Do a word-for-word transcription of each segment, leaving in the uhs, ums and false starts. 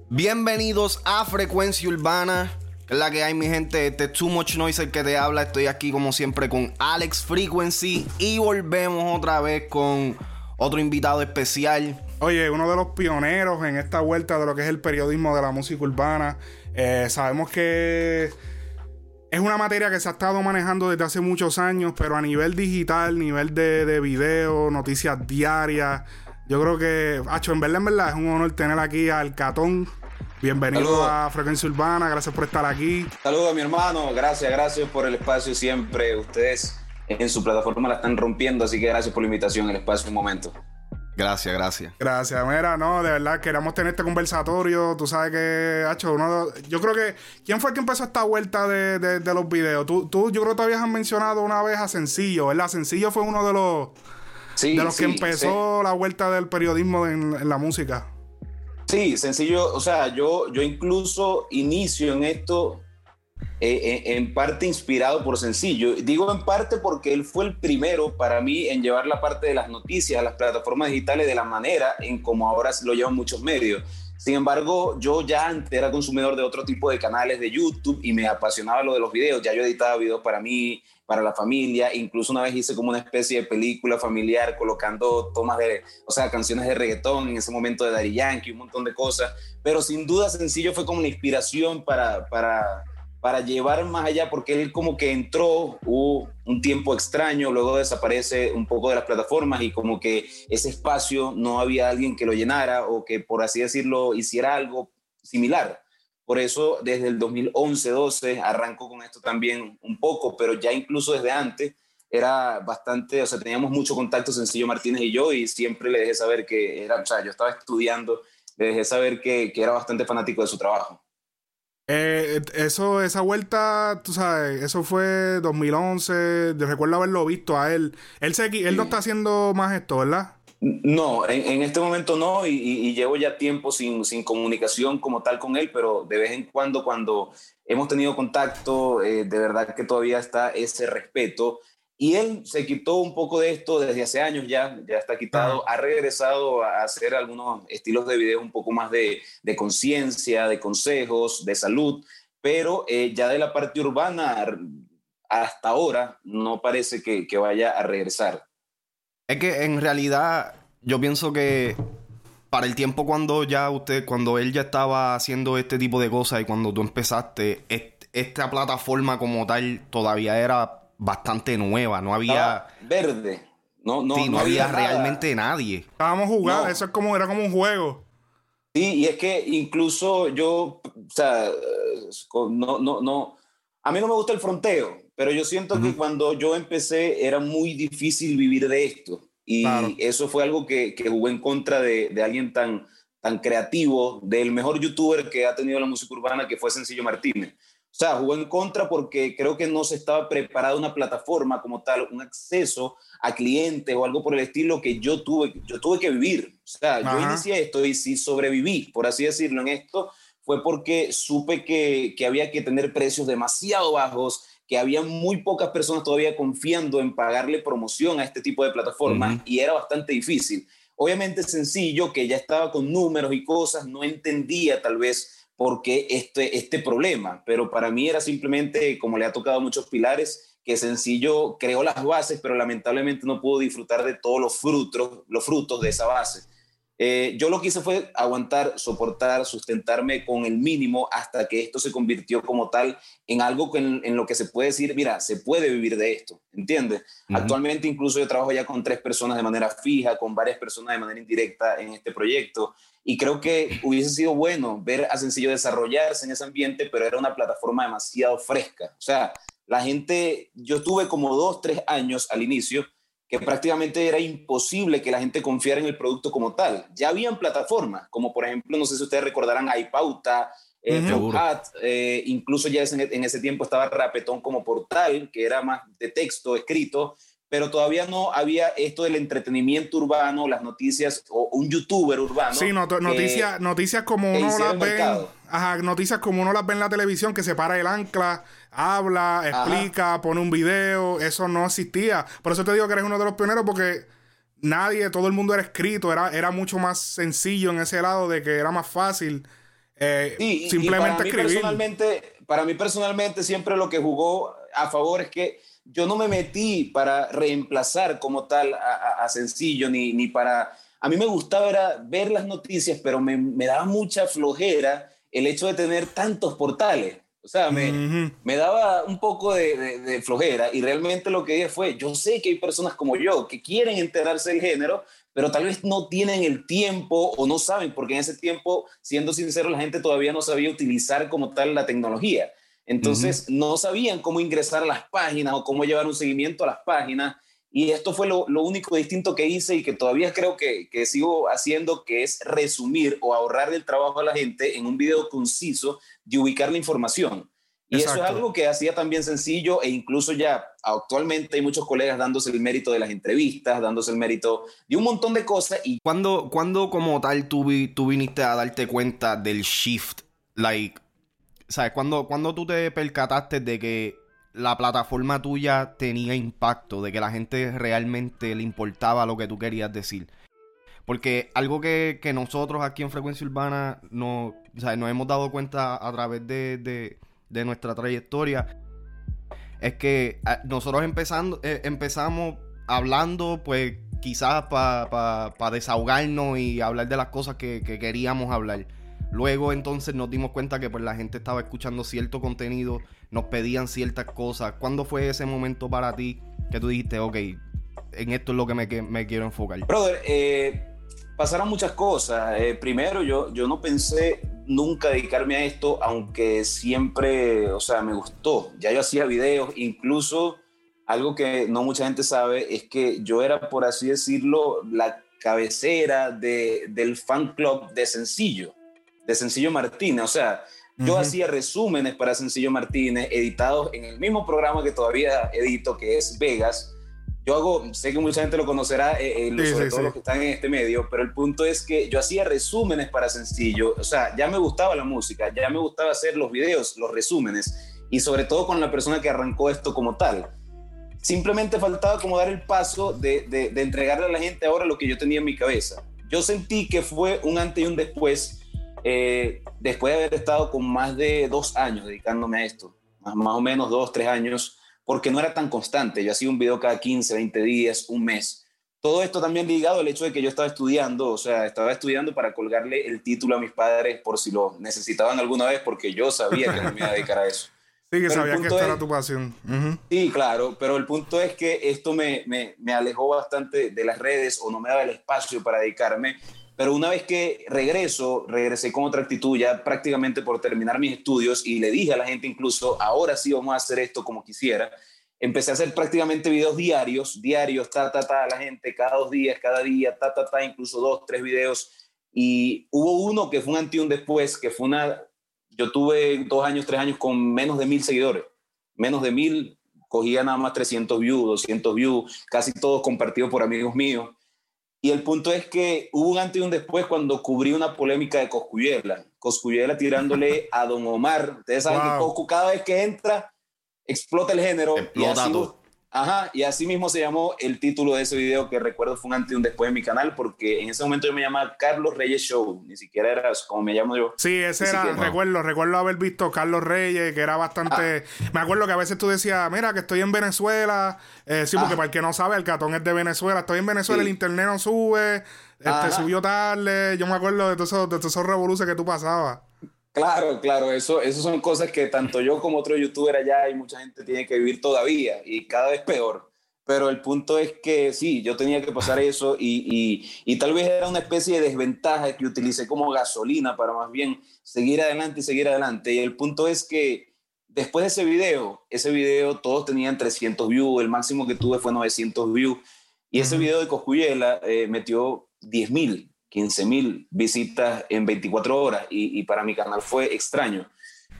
Bienvenidos a Frecuencia Urbana, que es la que hay, mi gente. Este es Too Much Noise el que te habla. Estoy aquí como siempre con Alex Frequency y volvemos otra vez con otro invitado especial. Oye, uno de los pioneros en esta vuelta de lo que es el periodismo de la música urbana. Eh, sabemos que es una materia que se ha estado manejando desde hace muchos años, pero a nivel digital, nivel de, de video, noticias diarias. Yo creo que, Acho, en verdad, en verdad, es un honor tener aquí al Catón. Bienvenido Saludos. a Frecuencia Urbana, gracias por estar aquí. Saludos, mi hermano, gracias, gracias por el espacio siempre. Ustedes en su plataforma la están rompiendo, así que gracias por la invitación, el espacio, un momento. Gracias, gracias. Gracias, mira, no, de verdad, queríamos tener este conversatorio. Tú sabes que, Acho, uno de, yo creo que, ¿quién fue el que empezó esta vuelta de, de, de los videos? Tú, tú, yo creo que te habías mencionado una vez a Sencillo, ¿verdad? Sencillo fue uno de los... Sí, de los sí, que empezó sí. la vuelta del periodismo en, en la música. Sí, sencillo, o sea, yo, yo incluso inicio en esto eh, en, en parte inspirado por Sencillo. Digo en parte porque él fue el primero para mí en llevar la parte de las noticias a las plataformas digitales de la manera en como ahora lo llevan muchos medios. Sin embargo, yo ya antes era consumidor de otro tipo de canales de YouTube y me apasionaba lo de los videos. Ya yo editaba videos para mí, para la familia. Incluso una vez hice como una especie de película familiar colocando tomas de, o sea, canciones de reggaetón en ese momento de Daddy Yankee, un montón de cosas. Pero sin duda Sencillo fue como una inspiración para, para, para llevar más allá, porque él como que entró, hubo un tiempo extraño, luego desaparece un poco de las plataformas y como que ese espacio no había alguien que lo llenara o que, por así decirlo, hiciera algo similar. Por eso, desde el dos mil once doce arrancó con esto también un poco, pero ya incluso desde antes era bastante, o sea, teníamos mucho contacto Sencillo Martínez y yo, y siempre le dejé saber que era, o sea, yo estaba estudiando, le dejé saber que, que era bastante fanático de su trabajo. Eh, eso, esa vuelta, tú sabes, eso fue dos mil once. Yo recuerdo haberlo visto a él. Él, se, él sí. no está haciendo más esto, ¿verdad? No, en, en este momento no, y, y, y llevo ya tiempo sin, sin comunicación como tal con él, pero de vez en cuando, cuando hemos tenido contacto, eh, de verdad que todavía está ese respeto. Y él se quitó un poco de esto desde hace años ya, ya está quitado, uh-huh. Ha regresado a hacer algunos estilos de video un poco más de, de conciencia, de consejos, de salud, pero eh, ya de la parte urbana hasta ahora no parece que, que vaya a regresar. Es que en realidad yo pienso que para el tiempo cuando ya usted, cuando él ya estaba haciendo este tipo de cosas y cuando tú empezaste, est- esta plataforma como tal todavía era bastante nueva, no había... Ah, verde. No, no, sí, no, no había, había realmente nadie. Estábamos jugando, no. Eso es como, era como un juego. Sí, y es que incluso yo, o sea, no, no, no, a mí no me gusta el fronteo, pero yo siento uh-huh. que cuando yo empecé era muy difícil vivir de esto. Y claro. Eso fue algo que, que jugó en contra de, de alguien tan, tan creativo, del mejor youtuber que ha tenido la música urbana, que fue Sencillo Martínez. O sea, jugó en contra porque creo que no se estaba preparada una plataforma como tal, un acceso a clientes o algo por el estilo que yo tuve, yo tuve que vivir. O sea, Ajá. yo inicié esto y si sobreviví, por así decirlo, en esto, fue porque supe que, que había que tener precios demasiado bajos, que había muy pocas personas todavía confiando en pagarle promoción a este tipo de plataformas uh-huh. y era bastante difícil. Obviamente Sencillo, que ya estaba con números y cosas, no entendía tal vez por qué este, este problema, pero para mí era simplemente, como le ha tocado a muchos pilares, que Sencillo creó las bases, pero lamentablemente no pudo disfrutar de todos los frutos, los frutos de esa base. Eh, yo lo que hice fue aguantar, soportar, sustentarme con el mínimo hasta que esto se convirtió como tal en algo en, en lo que se puede decir, mira, se puede vivir de esto, ¿entiendes? Uh-huh. Actualmente incluso yo trabajo ya con tres personas de manera fija, con varias personas de manera indirecta en este proyecto, y creo que hubiese sido bueno ver a Sencillo desarrollarse en ese ambiente, pero era una plataforma demasiado fresca. O sea, la gente, yo tuve como dos, tres años al inicio, que prácticamente era imposible que la gente confiara en el producto como tal. Ya habían plataformas, como por ejemplo, no sé si ustedes recordarán, iPauta, eh, uh-huh. Hat, eh, incluso ya en, en ese tiempo estaba Rapetón como portal, que era más de texto escrito, pero todavía no había esto del entretenimiento urbano, las noticias, o un youtuber urbano. Sí, not- noticias, noticias como uno las ve, ajá, noticias como uno las ve en la televisión, que se para el ancla, habla, explica, ajá. pone un video, eso no existía. Por eso te digo que eres uno de los pioneros, porque nadie, todo el mundo era escrito, era, era mucho más sencillo en ese lado de que era más fácil eh, sí, simplemente y para escribir. Mí personalmente, para mí personalmente siempre lo que jugó a favor es que yo no me metí para reemplazar como tal a, a, a Sencillo, ni, ni para... A mí me gustaba era ver las noticias, pero me, me daba mucha flojera el hecho de tener tantos portales. O sea, me, uh-huh. me daba un poco de, de, de flojera, y realmente lo que dije fue, yo sé que hay personas como yo que quieren enterarse del género, pero tal vez no tienen el tiempo o no saben, porque en ese tiempo, siendo sincero, la gente todavía no sabía utilizar como tal la tecnología. Entonces, uh-huh. no sabían cómo ingresar a las páginas o cómo llevar un seguimiento a las páginas. Y esto fue lo, lo único distinto que hice y que todavía creo que, que sigo haciendo, que es resumir o ahorrar el trabajo a la gente en un video conciso de ubicar la información. Y Exacto. eso es algo que hacía también Sencillo, e incluso ya actualmente hay muchos colegas dándose el mérito de las entrevistas, dándose el mérito de un montón de cosas. Y ¿Cuándo, ¿cuándo como tal tú, vi, tú viniste a darte cuenta del shift? Like, ¿sabes? ¿Cuándo, ¿Cuándo tú te percataste de que la plataforma tuya tenía impacto, de que la gente realmente le importaba lo que tú querías decir? Porque algo que, que nosotros aquí en Frecuencia Urbana no, o sea, nos hemos dado cuenta a través de, de, de nuestra trayectoria es que nosotros empezando, eh, empezamos hablando, pues quizás para pa, pa desahogarnos y hablar de las cosas que, que queríamos hablar. Luego entonces nos dimos cuenta que pues la gente estaba escuchando cierto contenido, nos pedían ciertas cosas. ¿Cuándo fue ese momento para ti que tú dijiste, ok, en esto es lo que me, que me quiero enfocar? Brother, eh, pasaron muchas cosas. Eh, primero, yo, yo no pensé nunca dedicarme a esto, aunque siempre, o sea, me gustó. Ya yo hacía videos, incluso algo que no mucha gente sabe es que yo era, por así decirlo, la cabecera de, del fan club de Sencillo. de Sencillo Martínez, o sea, yo uh-huh. hacía resúmenes para Sencillo Martínez, editados en el mismo programa que todavía edito, que es Vegas. Yo hago, sé que mucha gente lo conocerá, eh, sí, sobre sí, todo sí. los que están en este medio, pero el punto es que yo hacía resúmenes para Sencillo, o sea, ya me gustaba la música, ya me gustaba hacer los videos, los resúmenes, y sobre todo con la persona que arrancó esto como tal. Simplemente faltaba como dar el paso de, de, de entregarle a la gente ahora lo que yo tenía en mi cabeza. Yo sentí que fue un antes y un después. Eh, después de haber estado con más de dos años dedicándome a esto, más, más o menos dos, tres años, porque no era tan constante. Yo hacía un video cada quince, veinte días, un mes. Todo esto también ligado al hecho de que yo estaba estudiando, o sea, estaba estudiando para colgarle el título a mis padres por si lo necesitaban alguna vez, porque yo sabía que no me iba a dedicar a eso. Sí, que sabía que esta era tu pasión. Uh-huh. Sí, claro, pero el punto es que esto me, me, me alejó bastante de las redes, o no me daba el espacio para dedicarme. Pero una vez que regreso, regresé con otra actitud, ya prácticamente por terminar mis estudios, y le dije a la gente incluso, ahora sí vamos a hacer esto como quisiera. Empecé a hacer prácticamente videos diarios, diarios, ta, ta, ta, a la gente, cada dos días, cada día, ta, ta, ta, incluso dos, tres videos. Y hubo uno que fue un antes y un después, que fue una... Yo tuve dos años, tres años con menos de mil seguidores. Menos de mil, cogía nada más trescientos views, doscientos views, casi todos compartidos por amigos míos. Y el punto es que hubo un antes y un después cuando cubrí una polémica de Cosculluela. Cosculluela tirándole a Don Omar. Ustedes saben wow. que Coscu cada vez que entra explota el género. Explota y así, todo. Ajá, y así mismo se llamó el título de ese video, que recuerdo fue un antes y un después en mi canal, porque en ese momento yo me llamaba Carlos Reyes Show, ni siquiera era como me llamo yo. Sí, ese era, siquiera, recuerdo, no. recuerdo haber visto Carlos Reyes, que era bastante... Ah. Me acuerdo que a veces tú decías, mira, que estoy en Venezuela, eh, sí, porque ah. para el que no sabe, el Catón es de Venezuela, estoy en Venezuela, sí. el internet no sube, este, subió tarde, yo me acuerdo de todos esos, de todos esos revoluciones que tú pasabas. Claro, claro, eso, eso son cosas que tanto yo como otro youtuber allá y mucha gente tiene que vivir todavía, y cada vez peor. Pero el punto es que sí, yo tenía que pasar eso, y, y, y tal vez era una especie de desventaja que utilicé como gasolina para más bien seguir adelante y seguir adelante. Y el punto es que después de ese video, ese video todos tenían trescientos views, el máximo que tuve fue novecientos views, y ese video de Cosculluela eh, metió diez mil, quince mil visitas en veinticuatro horas, y, y para mi canal fue extraño.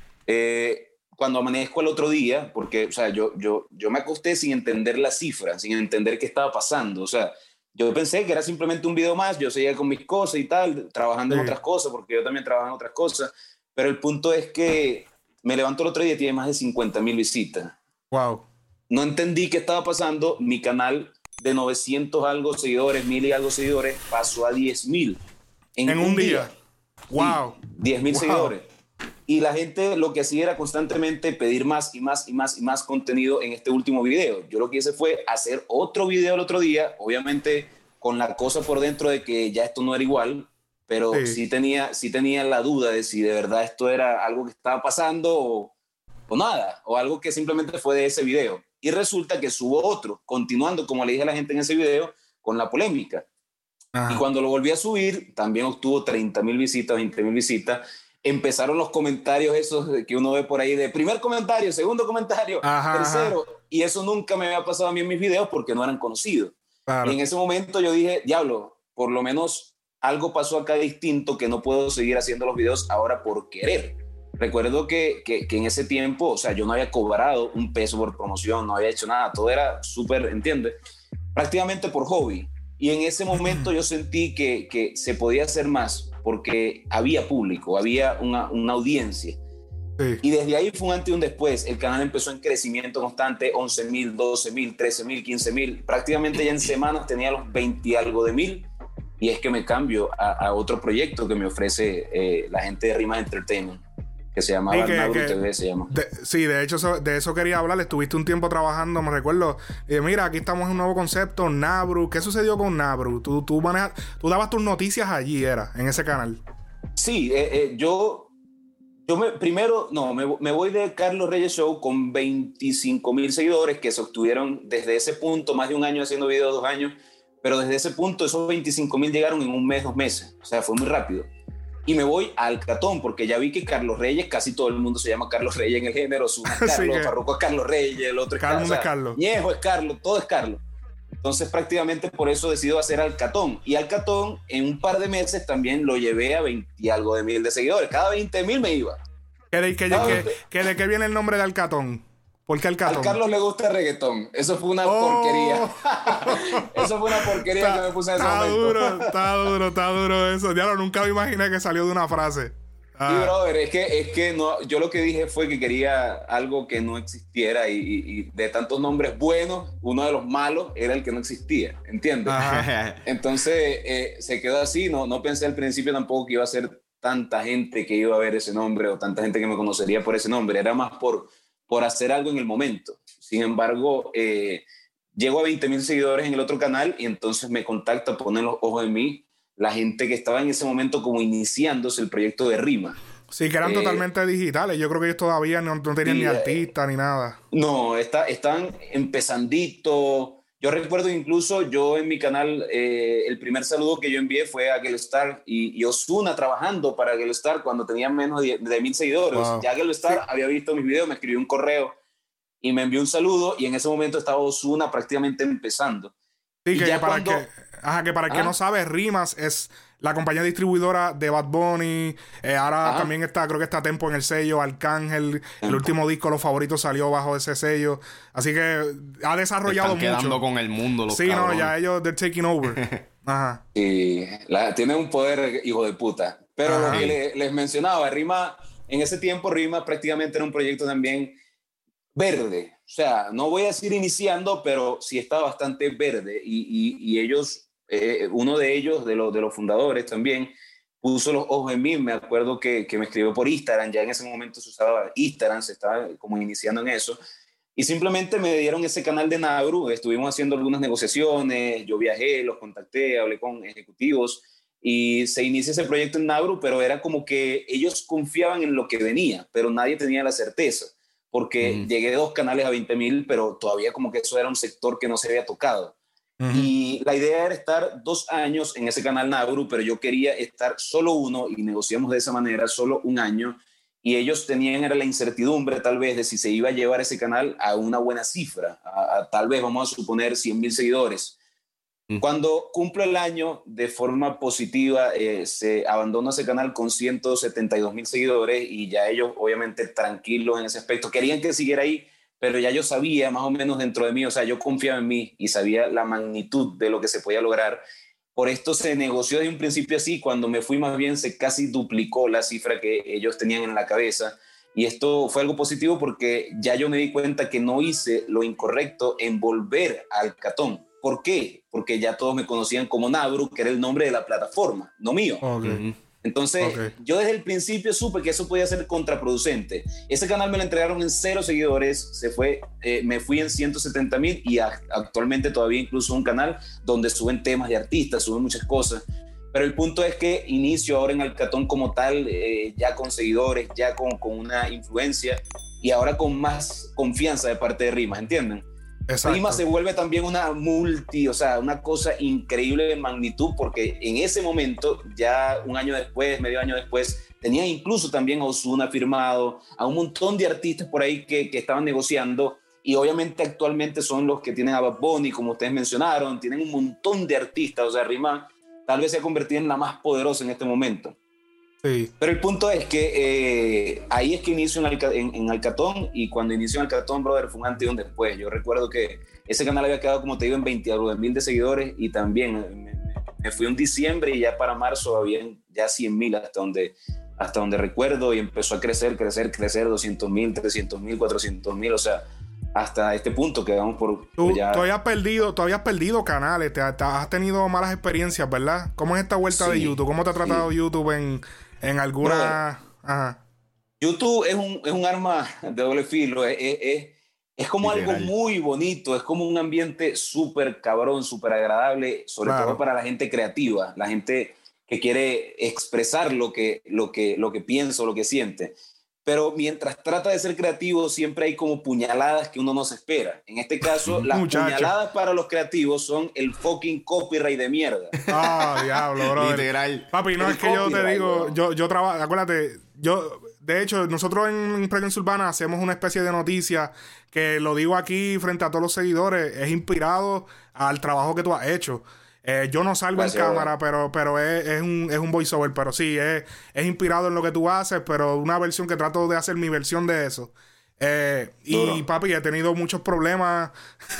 Eh, Cuando amanezco el otro día, porque, o sea, yo, yo, yo me acosté sin entender la cifra, sin entender qué estaba pasando. O sea, yo pensé que era simplemente un video más, yo seguía con mis cosas y tal, trabajando sí. en otras cosas, porque yo también trabajo en otras cosas. Pero el punto es que me levanto el otro día y tiene más de cincuenta mil visitas. Wow. No entendí qué estaba pasando. Mi canal de novecientos algo seguidores, mil y algo seguidores, pasó a diez mil. En, en un día. día. Wow. diez mil Wow. seguidores. Y la gente lo que hacía era constantemente pedir más y más y más y más contenido en este último video. Yo lo que hice fue hacer otro video el otro día, obviamente con la cosa por dentro de que ya esto no era igual, pero sí, sí tenía, sí tenía la duda de si de verdad esto era algo que estaba pasando o, o nada, o algo que simplemente fue de ese video. Y resulta que subo otro, continuando, como le dije a la gente en ese video, con la polémica. Ajá. Y cuando lo volví a subir, también obtuvo treinta mil visitas, veinte mil visitas. Empezaron los comentarios esos que uno ve por ahí de primer comentario, segundo comentario, ajá, tercero. Ajá. Y eso nunca me había pasado a mí en mis videos porque no eran conocidos. Claro. Y en ese momento yo dije, diablo, por lo menos algo pasó acá distinto que no puedo seguir haciendo los videos ahora por querer. Recuerdo que, que, que en ese tiempo, o sea, yo no había cobrado un peso por promoción, no había hecho nada, todo era súper, ¿entiendes? Prácticamente por hobby. Y en ese momento yo sentí que, que se podía hacer más porque había público, había una, una audiencia. Sí. Y desde ahí fue un antes y un después. El canal empezó en crecimiento constante, once mil, doce mil, trece mil, quince mil. Prácticamente ya en semanas tenía los veinte y algo de mil. Y es que me cambio a, a otro proyecto que me ofrece eh, la gente de Rimas Entertainment, que se llama Nabru T V, se llama. De, sí, de hecho, eso, de eso quería hablar. Estuviste un tiempo trabajando, me recuerdo. Eh, mira, aquí estamos en un nuevo concepto, Nabru. ¿Qué sucedió con Nabru? Tú, tú, manejas, tú dabas tus noticias allí, era, en ese canal. Sí, eh, eh, yo, yo me, primero, no, me, me voy de Carlos Reyes Show con veinticinco mil seguidores que se obtuvieron desde ese punto, más de un año haciendo videos, dos años, pero desde ese punto esos veinticinco mil llegaron en un mes, dos meses. O sea, fue muy rápido. Y me voy al Catón, porque ya vi que Carlos Reyes, casi todo el mundo se llama Carlos Reyes en el género. Su es Carlos, sí, que... Farruko es Carlos Reyes, el otro es Carlos. O sea, Carlos. Ñejo es Carlos, todo es Carlos. Entonces prácticamente por eso decido hacer Alcatón. Y Alcatón en un par de meses también lo llevé a veinte y algo de mil de seguidores. Cada veinte mil me iba. ¿Que de, que, que, que, ¿De qué viene el nombre de Alcatón? ¿Por qué Alcatón? A Carlos le gusta el reggaetón. Eso fue una oh. porquería. Eso fue una porquería está, que me puse en ese está momento. Duro, está duro, está duro eso. Diablo, nunca me imaginé que salió de una frase. Ah. Sí, brother, es que, es que no, yo lo que dije fue que quería algo que no existiera y, y, y de tantos nombres buenos, uno de los malos era el que no existía, ¿entiendes? Ajá. Entonces eh, se quedó así, no, no pensé al principio tampoco que iba a ser tanta gente que iba a ver ese nombre o tanta gente que me conocería por ese nombre, era más por, por hacer algo en el momento. Sin embargo, eh, llego a veinte mil seguidores en el otro canal y entonces me contacta, ponen los ojos en mí, la gente que estaba en ese momento como iniciándose el proyecto de Rima. Sí, que eran eh, totalmente digitales. Yo creo que ellos todavía no, no tenían y, ni artistas ni nada. No, está, están empezandito. Yo recuerdo incluso, yo en mi canal, eh, el primer saludo que yo envié fue a Gelstar y, y Ozuna trabajando para Gelstar cuando tenía menos de, de mil seguidores. Wow. Ya Gelstar sí. había visto mis videos, me escribió un correo y me envió un saludo y en ese momento estaba Ozuna prácticamente empezando. Sí, y que, ya para cuando... que, ajá, que para el que no sabe, Rimas es la compañía distribuidora de Bad Bunny. Eh, ahora ajá. también está, creo que está Tempo en el sello, Arcángel. El último disco, Los Favoritos, salió bajo ese sello. Así que ha desarrollado Están mucho. quedando con el mundo los Sí, cabrones. no, ya ellos, they're taking over. Ajá. Sí, la, tiene un poder hijo de puta. Pero ajá. lo que le, les mencionaba, Rima, en ese tiempo Rima prácticamente era un proyecto también verde. O sea, no voy a decir iniciando, pero sí está bastante verde. Y, y, y ellos, eh, uno de ellos, de, los de los fundadores también, puso los ojos en mí. Me acuerdo que, que me escribió por Instagram. Ya en ese momento se usaba Instagram, se estaba como iniciando en eso. Y simplemente me dieron ese canal de Nabru. Estuvimos haciendo algunas negociaciones. Yo viajé, los contacté, hablé con ejecutivos. Y se inicia ese proyecto en Nabru, pero era como que ellos confiaban en lo que venía, pero nadie tenía la certeza. Porque uh-huh. llegué dos canales a veinte mil, pero todavía como que eso era un sector que no se había tocado. Uh-huh. Y la idea era estar dos años en ese canal Nabru, pero yo quería estar solo uno y negociamos de esa manera, solo un año. Y ellos tenían era la incertidumbre tal vez de si se iba a llevar ese canal a una buena cifra, a, a tal vez vamos a suponer cien mil seguidores. Uh-huh. Cuando cumplo el año de forma positiva, eh, se abandonó ese canal con ciento setenta y dos mil seguidores y ya ellos obviamente tranquilos en ese aspecto, querían que siguiera ahí, pero ya yo sabía más o menos dentro de mí, o sea, yo confiaba en mí y sabía la magnitud de lo que se podía lograr. Por esto se negoció desde un principio así, cuando me fui más bien se casi duplicó la cifra que ellos tenían en la cabeza. Y esto fue algo positivo porque ya yo me di cuenta que no hice lo incorrecto en volver al Catón. ¿Por qué? Porque ya todos me conocían como Nabru, que era el nombre de la plataforma, no mío. Okay. Entonces, okay. yo desde el principio supe que eso podía ser contraproducente. Ese canal me lo entregaron en cero seguidores, se fue, eh, me fui en ciento setenta mil y a, actualmente todavía incluso un canal donde suben temas de artistas, suben muchas cosas. Pero el punto es que inicio ahora en Alcatón como tal, eh, ya con seguidores, ya con, con una influencia y ahora con más confianza de parte de Rimas, ¿entienden? Exacto. Rimas se vuelve también una multi, o sea, una cosa increíble de magnitud, porque en ese momento, ya un año después, medio año después, tenía incluso también a Ozuna firmado, a un montón de artistas por ahí que, que estaban negociando, y obviamente actualmente son los que tienen a Bad Bunny, como ustedes mencionaron, tienen un montón de artistas, o sea, Rimas tal vez se ha convertido en la más poderosa en este momento. Sí. Pero el punto es que eh, ahí es que inicio en, Alca, en, en Alcatón, y cuando inició en Alcatón, brother, fue un antes y un después. Yo recuerdo que ese canal había quedado, como te digo, en veintidós mil de seguidores, y también me, me fui en diciembre y ya para marzo habían ya cien mil hasta donde, hasta donde recuerdo, y empezó a crecer, crecer, crecer, doscientos mil, trescientos mil, cuatrocientos mil, o sea, hasta este punto que vamos por... Tú, ya... tú, habías perdido, tú habías perdido canales, te, te has tenido malas experiencias, ¿verdad? ¿Cómo es esta vuelta sí, de YouTube? ¿Cómo te ha tratado sí. YouTube en... En alguna... Ajá. YouTube es un, es un arma de doble filo. Es, es, es como Literal. algo muy bonito. Es como un ambiente súper cabrón, súper agradable. Sobre claro. todo para la gente creativa. La gente que quiere expresar lo que, lo que, lo que piensa o lo que siente. Pero mientras trata de ser creativo, siempre hay como puñaladas que uno no se espera. En este caso, las Muchacho. puñaladas para los creativos son el fucking copyright de mierda. Ah, oh, diablo, bro. Literal. Papi, no, el es que yo te digo, bro. yo, yo trabajo, acuérdate, yo, de hecho, nosotros en Frecuencia Urbana hacemos una especie de noticia que lo digo aquí frente a todos los seguidores, es inspirado al trabajo que tú has hecho. Eh, yo no salgo Gracias, en cámara, pero, pero es, es, un, es un voiceover. Pero sí, es, es inspirado en lo que tú haces, pero una versión que trato de hacer mi versión de eso. Eh, y papi, he tenido muchos problemas.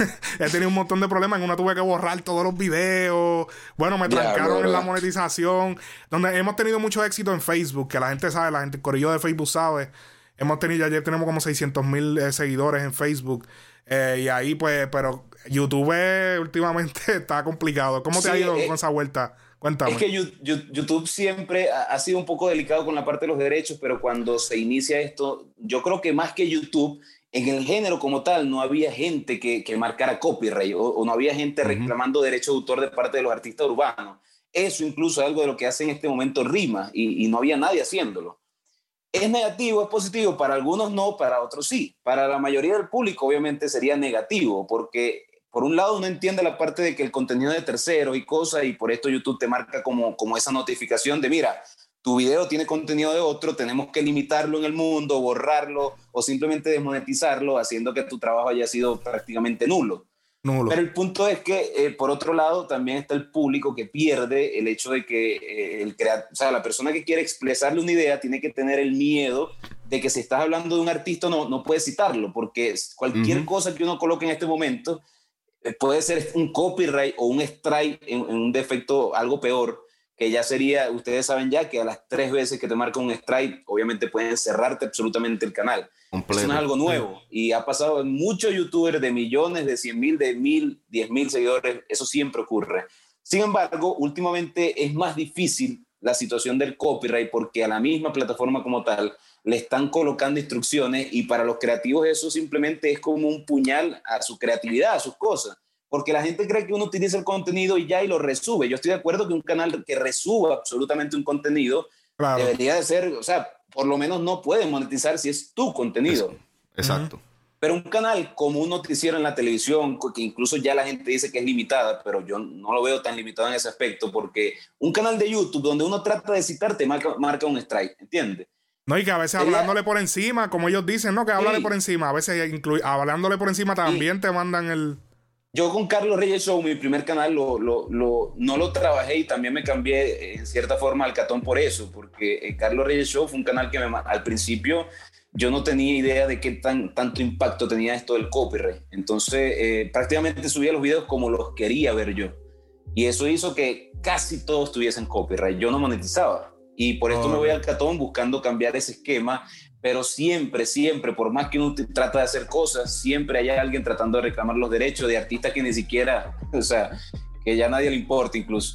He tenido un montón de problemas. En una tuve que borrar todos los videos. Bueno, me yeah, trancaron bro, en la monetización. Donde hemos tenido mucho éxito en Facebook, que la gente sabe, la gente, el corillo de Facebook sabe. Hemos tenido, ayer tenemos como seiscientos mil eh, seguidores en Facebook. Eh, y ahí pues, pero YouTube eh, últimamente está complicado. ¿Cómo te sí, ha ido eh, con esa vuelta? Cuéntame. Es que YouTube siempre ha sido un poco delicado con la parte de los derechos, pero cuando se inicia esto, yo creo que más que YouTube, en el género como tal, no había gente que, que marcara copyright o, o no había gente uh-huh. reclamando derechos de autor de parte de los artistas urbanos. Eso incluso es algo de lo que hace en este momento Rimas, y, y no había nadie haciéndolo. ¿Es negativo? ¿Es positivo? Para algunos no, para otros sí. Para la mayoría del público obviamente sería negativo, porque por un lado uno entiende la parte de que el contenido de terceros y cosas, y por esto YouTube te marca como, como esa notificación de mira, tu video tiene contenido de otro, tenemos que limitarlo en el mundo, borrarlo o simplemente desmonetizarlo, haciendo que tu trabajo haya sido prácticamente nulo. Nulo. Pero el punto es que, eh, por otro lado, también está el público que pierde el hecho de que eh, el crea- o sea, la persona que quiere expresarle una idea tiene que tener el miedo de que si estás hablando de un artista no, no puedes citarlo, porque cualquier uh-huh. cosa que uno coloque en este momento eh, puede ser un copyright o un strike en, en un defecto algo peor, que ya sería, ustedes saben ya que a las tres veces que te marca un strike, obviamente pueden cerrarte absolutamente el canal. Completo. Eso no es algo nuevo. Y ha pasado en muchos youtubers de millones, de cien mil, de mil, diez mil seguidores. Eso siempre ocurre. Sin embargo, últimamente es más difícil la situación del copyright porque a la misma plataforma como tal le están colocando instrucciones, y para los creativos eso simplemente es como un puñal a su creatividad, a sus cosas. Porque la gente cree que uno utiliza el contenido y ya y lo resube. Yo estoy de acuerdo que un canal que resuba absolutamente un contenido claro. debería de ser, o sea, por lo menos no puede monetizar si es tu contenido. Exacto. Uh-huh. Pero un canal como un noticiero en la televisión, que incluso ya la gente dice que es limitada, pero yo no lo veo tan limitado en ese aspecto, porque un canal de YouTube donde uno trata de citarte marca, marca un strike, ¿entiendes? No, y que a veces Ella, hablándole por encima, como ellos dicen, no, que háblale sí. por encima. A veces incluye, hablándole por encima también sí. te mandan el... Yo con Carlos Reyes Show, mi primer canal, lo, lo, lo, no lo trabajé y también me cambié en cierta forma al Catón por eso, porque eh, Carlos Reyes Show fue un canal que me, al principio yo no tenía idea de qué tan, tanto impacto tenía esto del copyright. Entonces eh, prácticamente subía los videos como los quería ver yo. Y eso hizo que casi todos tuviesen copyright. Yo no monetizaba. Y por esto oh. me voy al Catón buscando cambiar ese esquema. Pero siempre, siempre, por más que uno trata de hacer cosas, siempre hay alguien tratando de reclamar los derechos de artistas que ni siquiera, o sea, que ya a nadie le importa incluso.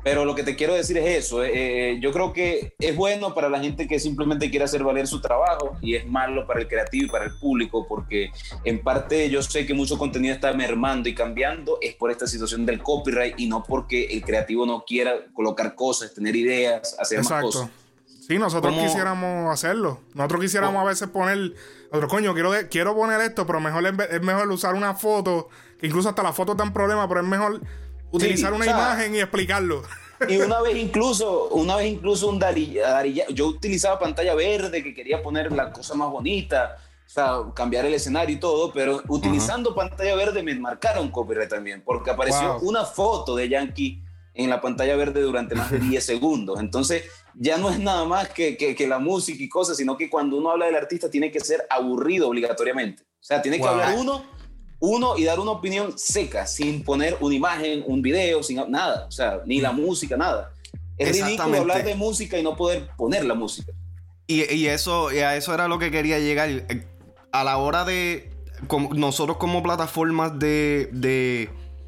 Pero lo que te quiero decir es eso, eh, yo creo que es bueno para la gente que simplemente quiere hacer valer su trabajo y es malo para el creativo y para el público porque en parte yo sé que mucho contenido está mermando y cambiando es por esta situación del copyright y no porque el creativo no quiera colocar cosas, tener ideas, hacer Exacto. más cosas. Sí, nosotros ¿Cómo? quisiéramos hacerlo. Nosotros quisiéramos ¿Cómo? a veces poner... Otro coño, quiero, de- quiero poner esto, pero mejor es, es mejor usar una foto, que incluso hasta la foto está en problema, pero es mejor utilizar Sí, una o sea, imagen y explicarlo. Y una vez incluso, una vez incluso un Dari, Dari- yo utilizaba pantalla verde que quería poner la cosa más bonita, o sea, cambiar el escenario y todo, pero utilizando uh-huh. pantalla verde me marcaron copyright también, porque apareció wow. una foto de Yankee en la pantalla verde durante más de diez segundos. Entonces, ya no es nada más que, que, que la música y cosas, sino que cuando uno habla del artista tiene que ser aburrido obligatoriamente. O sea, tiene wow. que hablar uno, uno y dar una opinión seca, sin poner una imagen, un video, sin nada. O sea, ni la música, nada. Es ridículo hablar de música y no poder poner la música. Y, y, eso, y a eso era lo que quería llegar. A la hora de... Como, nosotros como plataformas de, de,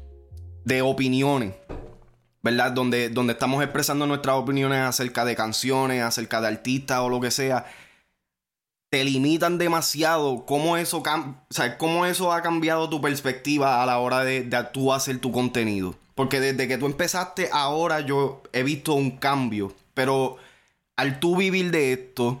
de opiniones, ¿verdad? Donde, donde estamos expresando nuestras opiniones acerca de canciones, acerca de artistas o lo que sea, te limitan demasiado. ¿Cómo eso, cam- o sea, cómo eso ha cambiado tu perspectiva a la hora de, de tú hacer tu contenido? Porque desde que tú empezaste, ahora yo he visto un cambio. Pero al tú vivir de esto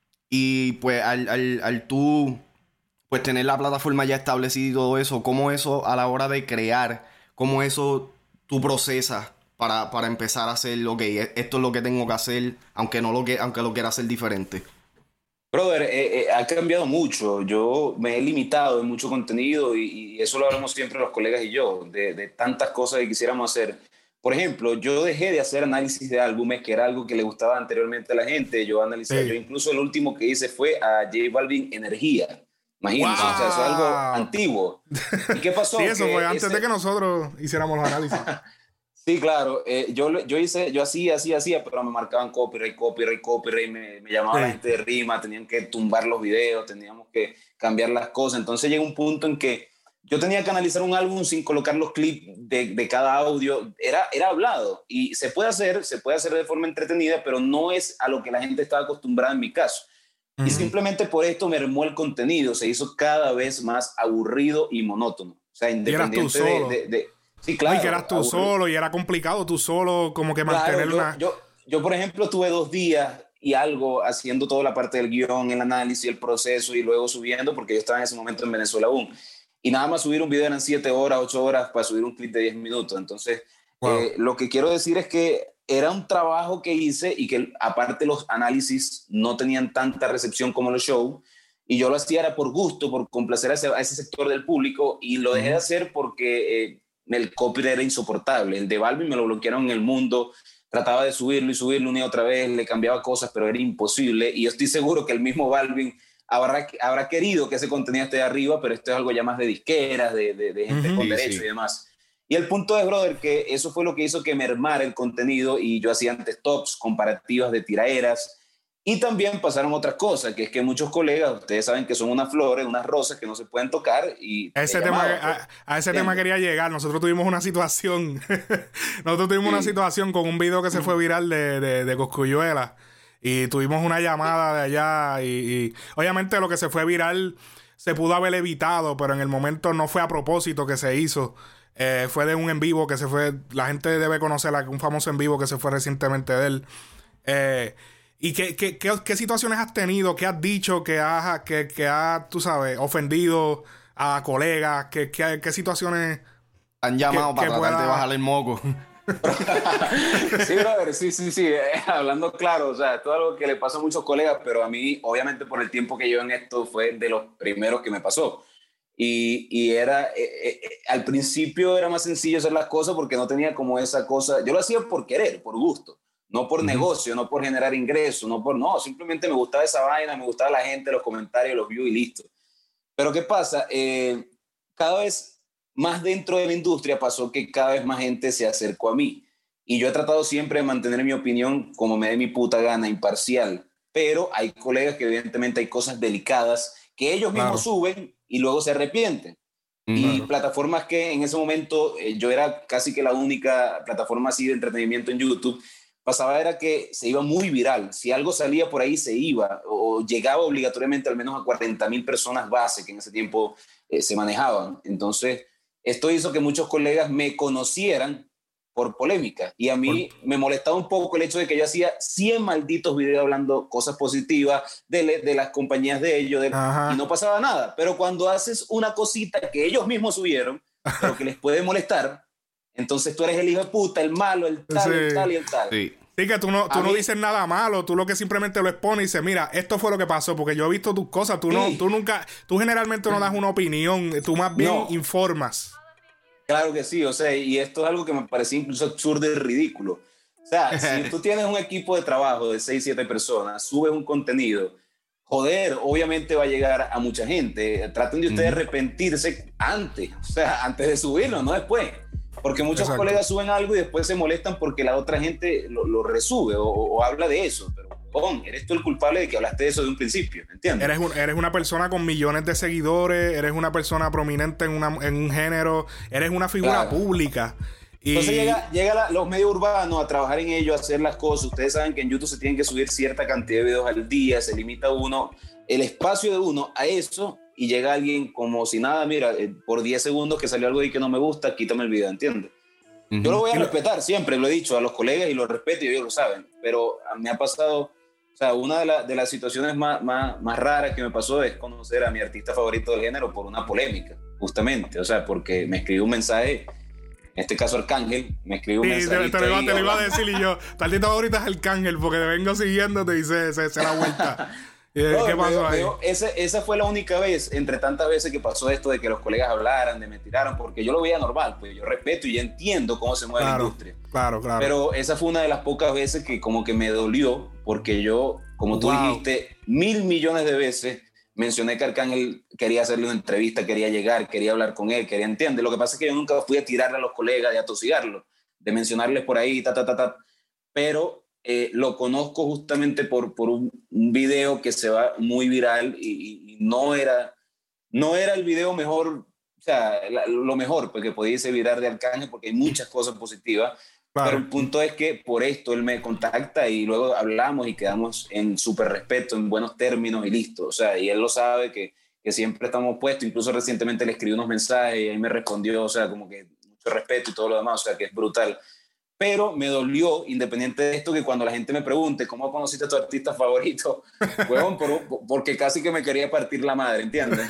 y pues al, al, al tú pues tener la plataforma ya establecida y todo eso, ¿cómo eso a la hora de crear, cómo eso tú procesas para, para empezar a hacer, ok, esto es lo que tengo que hacer, aunque no lo que, aunque lo quiera hacer diferente? Brother, eh, eh, ha cambiado mucho. Yo me he limitado en mucho contenido y, y eso lo hablamos siempre los colegas y yo, de, de tantas cosas que quisiéramos hacer. Por ejemplo, yo dejé de hacer análisis de álbumes, que era algo que le gustaba anteriormente a la gente. Yo analicé, sí. yo incluso el último que hice fue a J Balvin Energía. Imagínense, wow. o sea, eso es algo antiguo. ¿Y qué pasó? Sí, eso que fue antes ese... de que nosotros hiciéramos los análisis. Sí, claro. Eh, yo, yo hice, yo hacía, hacía, hacía, pero me marcaban copyright, copyright, copyright. Me, me llamaba sí. la gente de Rima, tenían que tumbar los videos, teníamos que cambiar las cosas. Entonces llega un punto en que yo tenía que analizar un álbum sin colocar los clips de, de cada audio. Era, era hablado y se puede hacer, se puede hacer de forma entretenida, pero no es a lo que la gente estaba acostumbrada en mi caso. Uh-huh. Y simplemente por esto mermó el contenido, se hizo cada vez más aburrido y monótono. O sea, independiente de, de, de sí, claro. Y que eras tú aburrido. Solo y era complicado tú solo como que mantener claro, yo, una... Yo, yo, por ejemplo, tuve dos días y algo haciendo toda la parte del guión, el análisis, el proceso y luego subiendo, porque yo estaba en ese momento en Venezuela aún. Y nada más subir un video eran siete horas, ocho horas para subir un clip de diez minutos. Entonces, wow. eh, lo que quiero decir es que era un trabajo que hice y que aparte los análisis no tenían tanta recepción como los shows. Y yo lo hacía era por gusto, por complacer a ese, a ese sector del público y lo dejé uh-huh. de hacer porque eh, el copyright era insoportable. El de Balvin me lo bloquearon en el mundo. Trataba de subirlo y subirlo una y otra vez, le cambiaba cosas, pero era imposible. Y yo estoy seguro que el mismo Balvin habrá, habrá querido que ese contenido esté arriba, pero esto es algo ya más de disqueras, de, de, de gente uh-huh. con sí, derecho sí. y demás. Y el punto es, brother, que eso fue lo que hizo que mermara el contenido y yo hacía antes tops comparativas de tiraderas. Y también pasaron otras cosas, que es que muchos colegas, ustedes saben que son unas flores, unas rosas que no se pueden tocar. Y ese tema, a, a ese tema quería llegar. Nosotros tuvimos una situación, nosotros tuvimos sí. una situación con un video que se fue viral de, de, de Cosculluela. Y tuvimos una llamada de allá y, y obviamente lo que se fue viral se pudo haber evitado, pero en el momento no fue a propósito que se hizo. Eh, fue de un en vivo que se fue, la gente debe conocer un famoso en vivo que se fue recientemente de él. Eh, ¿Y qué, qué, qué, qué situaciones has tenido? ¿Qué has dicho? ¿Qué has, que, que has, tú sabes, ofendido a colegas? ¿Qué, qué, qué situaciones han llamado que, para que tratar pueda... de bajarle el moco? Sí, brother, sí, sí, sí, eh, hablando claro, o sea, esto es algo que le pasó a muchos colegas, pero a mí, obviamente por el tiempo que llevo en esto, fue de los primeros que me pasó. Y, y era, eh, eh, al principio era más sencillo hacer las cosas porque no tenía como esa cosa, yo lo hacía por querer, por gusto, no por uh-huh. negocio, no por generar ingresos, no por, no, simplemente me gustaba esa vaina, me gustaba la gente, los comentarios, los views y listo. Pero ¿qué pasa? Eh, cada vez más dentro de la industria pasó que cada vez más gente se acercó a mí. Y yo he tratado siempre de mantener mi opinión como me dé mi puta gana, imparcial. Pero hay colegas que evidentemente hay cosas delicadas que ellos mismos claro. suben y luego se arrepienten. Y claro. Plataformas que en ese momento eh, yo era casi que la única plataforma así de entretenimiento en YouTube, pasaba era que se iba muy viral. Si algo salía por ahí, se iba o llegaba obligatoriamente al menos a cuarenta mil personas base que en ese tiempo eh, se manejaban. Entonces, esto hizo que muchos colegas me conocieran por polémica. Y a mí por... me molestaba un poco el hecho de que yo hacía cien malditos videos hablando cosas positivas de, de las compañías de ellos de, y no pasaba nada. Pero cuando haces una cosita que ellos mismos subieron, pero que les puede molestar, entonces tú eres el hijo de puta, el malo, el tal, sí. el tal y el tal. Sí. Sí, que tú no, tú no mí, dices nada malo, tú lo que simplemente lo expones y dices, mira, esto fue lo que pasó, porque yo he visto tus cosas, tú, sí. no, tú nunca, tú generalmente no das una opinión, tú más bien no. informas. Claro que sí, o sea, y esto es algo que me parecía incluso absurdo y ridículo. O sea, si tú tienes un equipo de trabajo de seis, siete personas, subes un contenido, joder, obviamente va a llegar a mucha gente. Traten de ustedes mm. arrepentirse antes, o sea, antes de subirlo, no después. Porque muchos Exacto. colegas suben algo y después se molestan porque la otra gente lo, lo resube o, o habla de eso. Pero, bon, eres tú el culpable de que hablaste de eso de un principio, ¿entiendes? Eres, un, eres una persona con millones de seguidores, eres una persona prominente en, una, en un género, eres una figura claro. pública. Y... Entonces llega, llega la, los medios urbanos a trabajar en ello, a hacer las cosas. Ustedes saben que en YouTube se tienen que subir cierta cantidad de videos al día, se limita uno, el espacio de uno a eso. Y llega alguien como si nada, mira, eh, por diez segundos que salió algo ahí que no me gusta, quítame el video, ¿entiendes? Uh-huh. Yo lo voy a respetar siempre, lo he dicho a los colegas y lo respeto y ellos lo saben, pero me ha pasado, o sea, una de, la, de las situaciones más, más, más raras que me pasó es conocer a mi artista favorito del género por una polémica, justamente, o sea, porque me escribió un mensaje, en este caso Arcángel, me escribió un sí, mensaje. Te, te, te, te lo iba a decir y yo, tu artista favorito es Arcángel, porque te vengo siguiéndote y se, se, se da vuelta. No, ¿Qué pasó ahí? Esa, esa fue la única vez, entre tantas veces que pasó esto de que los colegas hablaran, de me tiraran, porque yo lo veía normal, pues yo respeto y entiendo cómo se mueve claro, la industria. Claro, claro. Pero esa fue una de las pocas veces que como que me dolió, porque yo, como tú wow. dijiste, mil millones de veces mencioné que Arcángel quería hacerle una entrevista, quería llegar, quería hablar con él, quería entender. Lo que pasa es que yo nunca fui a tirarle a los colegas, de atosigarlos, de mencionarles por ahí, ta, ta, ta, ta. Pero... Eh, lo conozco justamente por, por un, un video que se va muy viral y, y no, era, no era el video mejor, o sea, la, lo mejor porque podía ser viral de Arcángel porque hay muchas cosas positivas, claro. Pero el punto es que por esto él me contacta y luego hablamos y quedamos en súper respeto, en buenos términos y listo, o sea, y él lo sabe que, que siempre estamos puestos, incluso recientemente le escribí unos mensajes y ahí me respondió, o sea, como que mucho respeto y todo lo demás, o sea, que es brutal. Pero me dolió, independiente de esto, que cuando la gente me pregunte ¿cómo conociste a tu artista favorito? Huevón, por, porque casi que me quería partir la madre, ¿entiendes?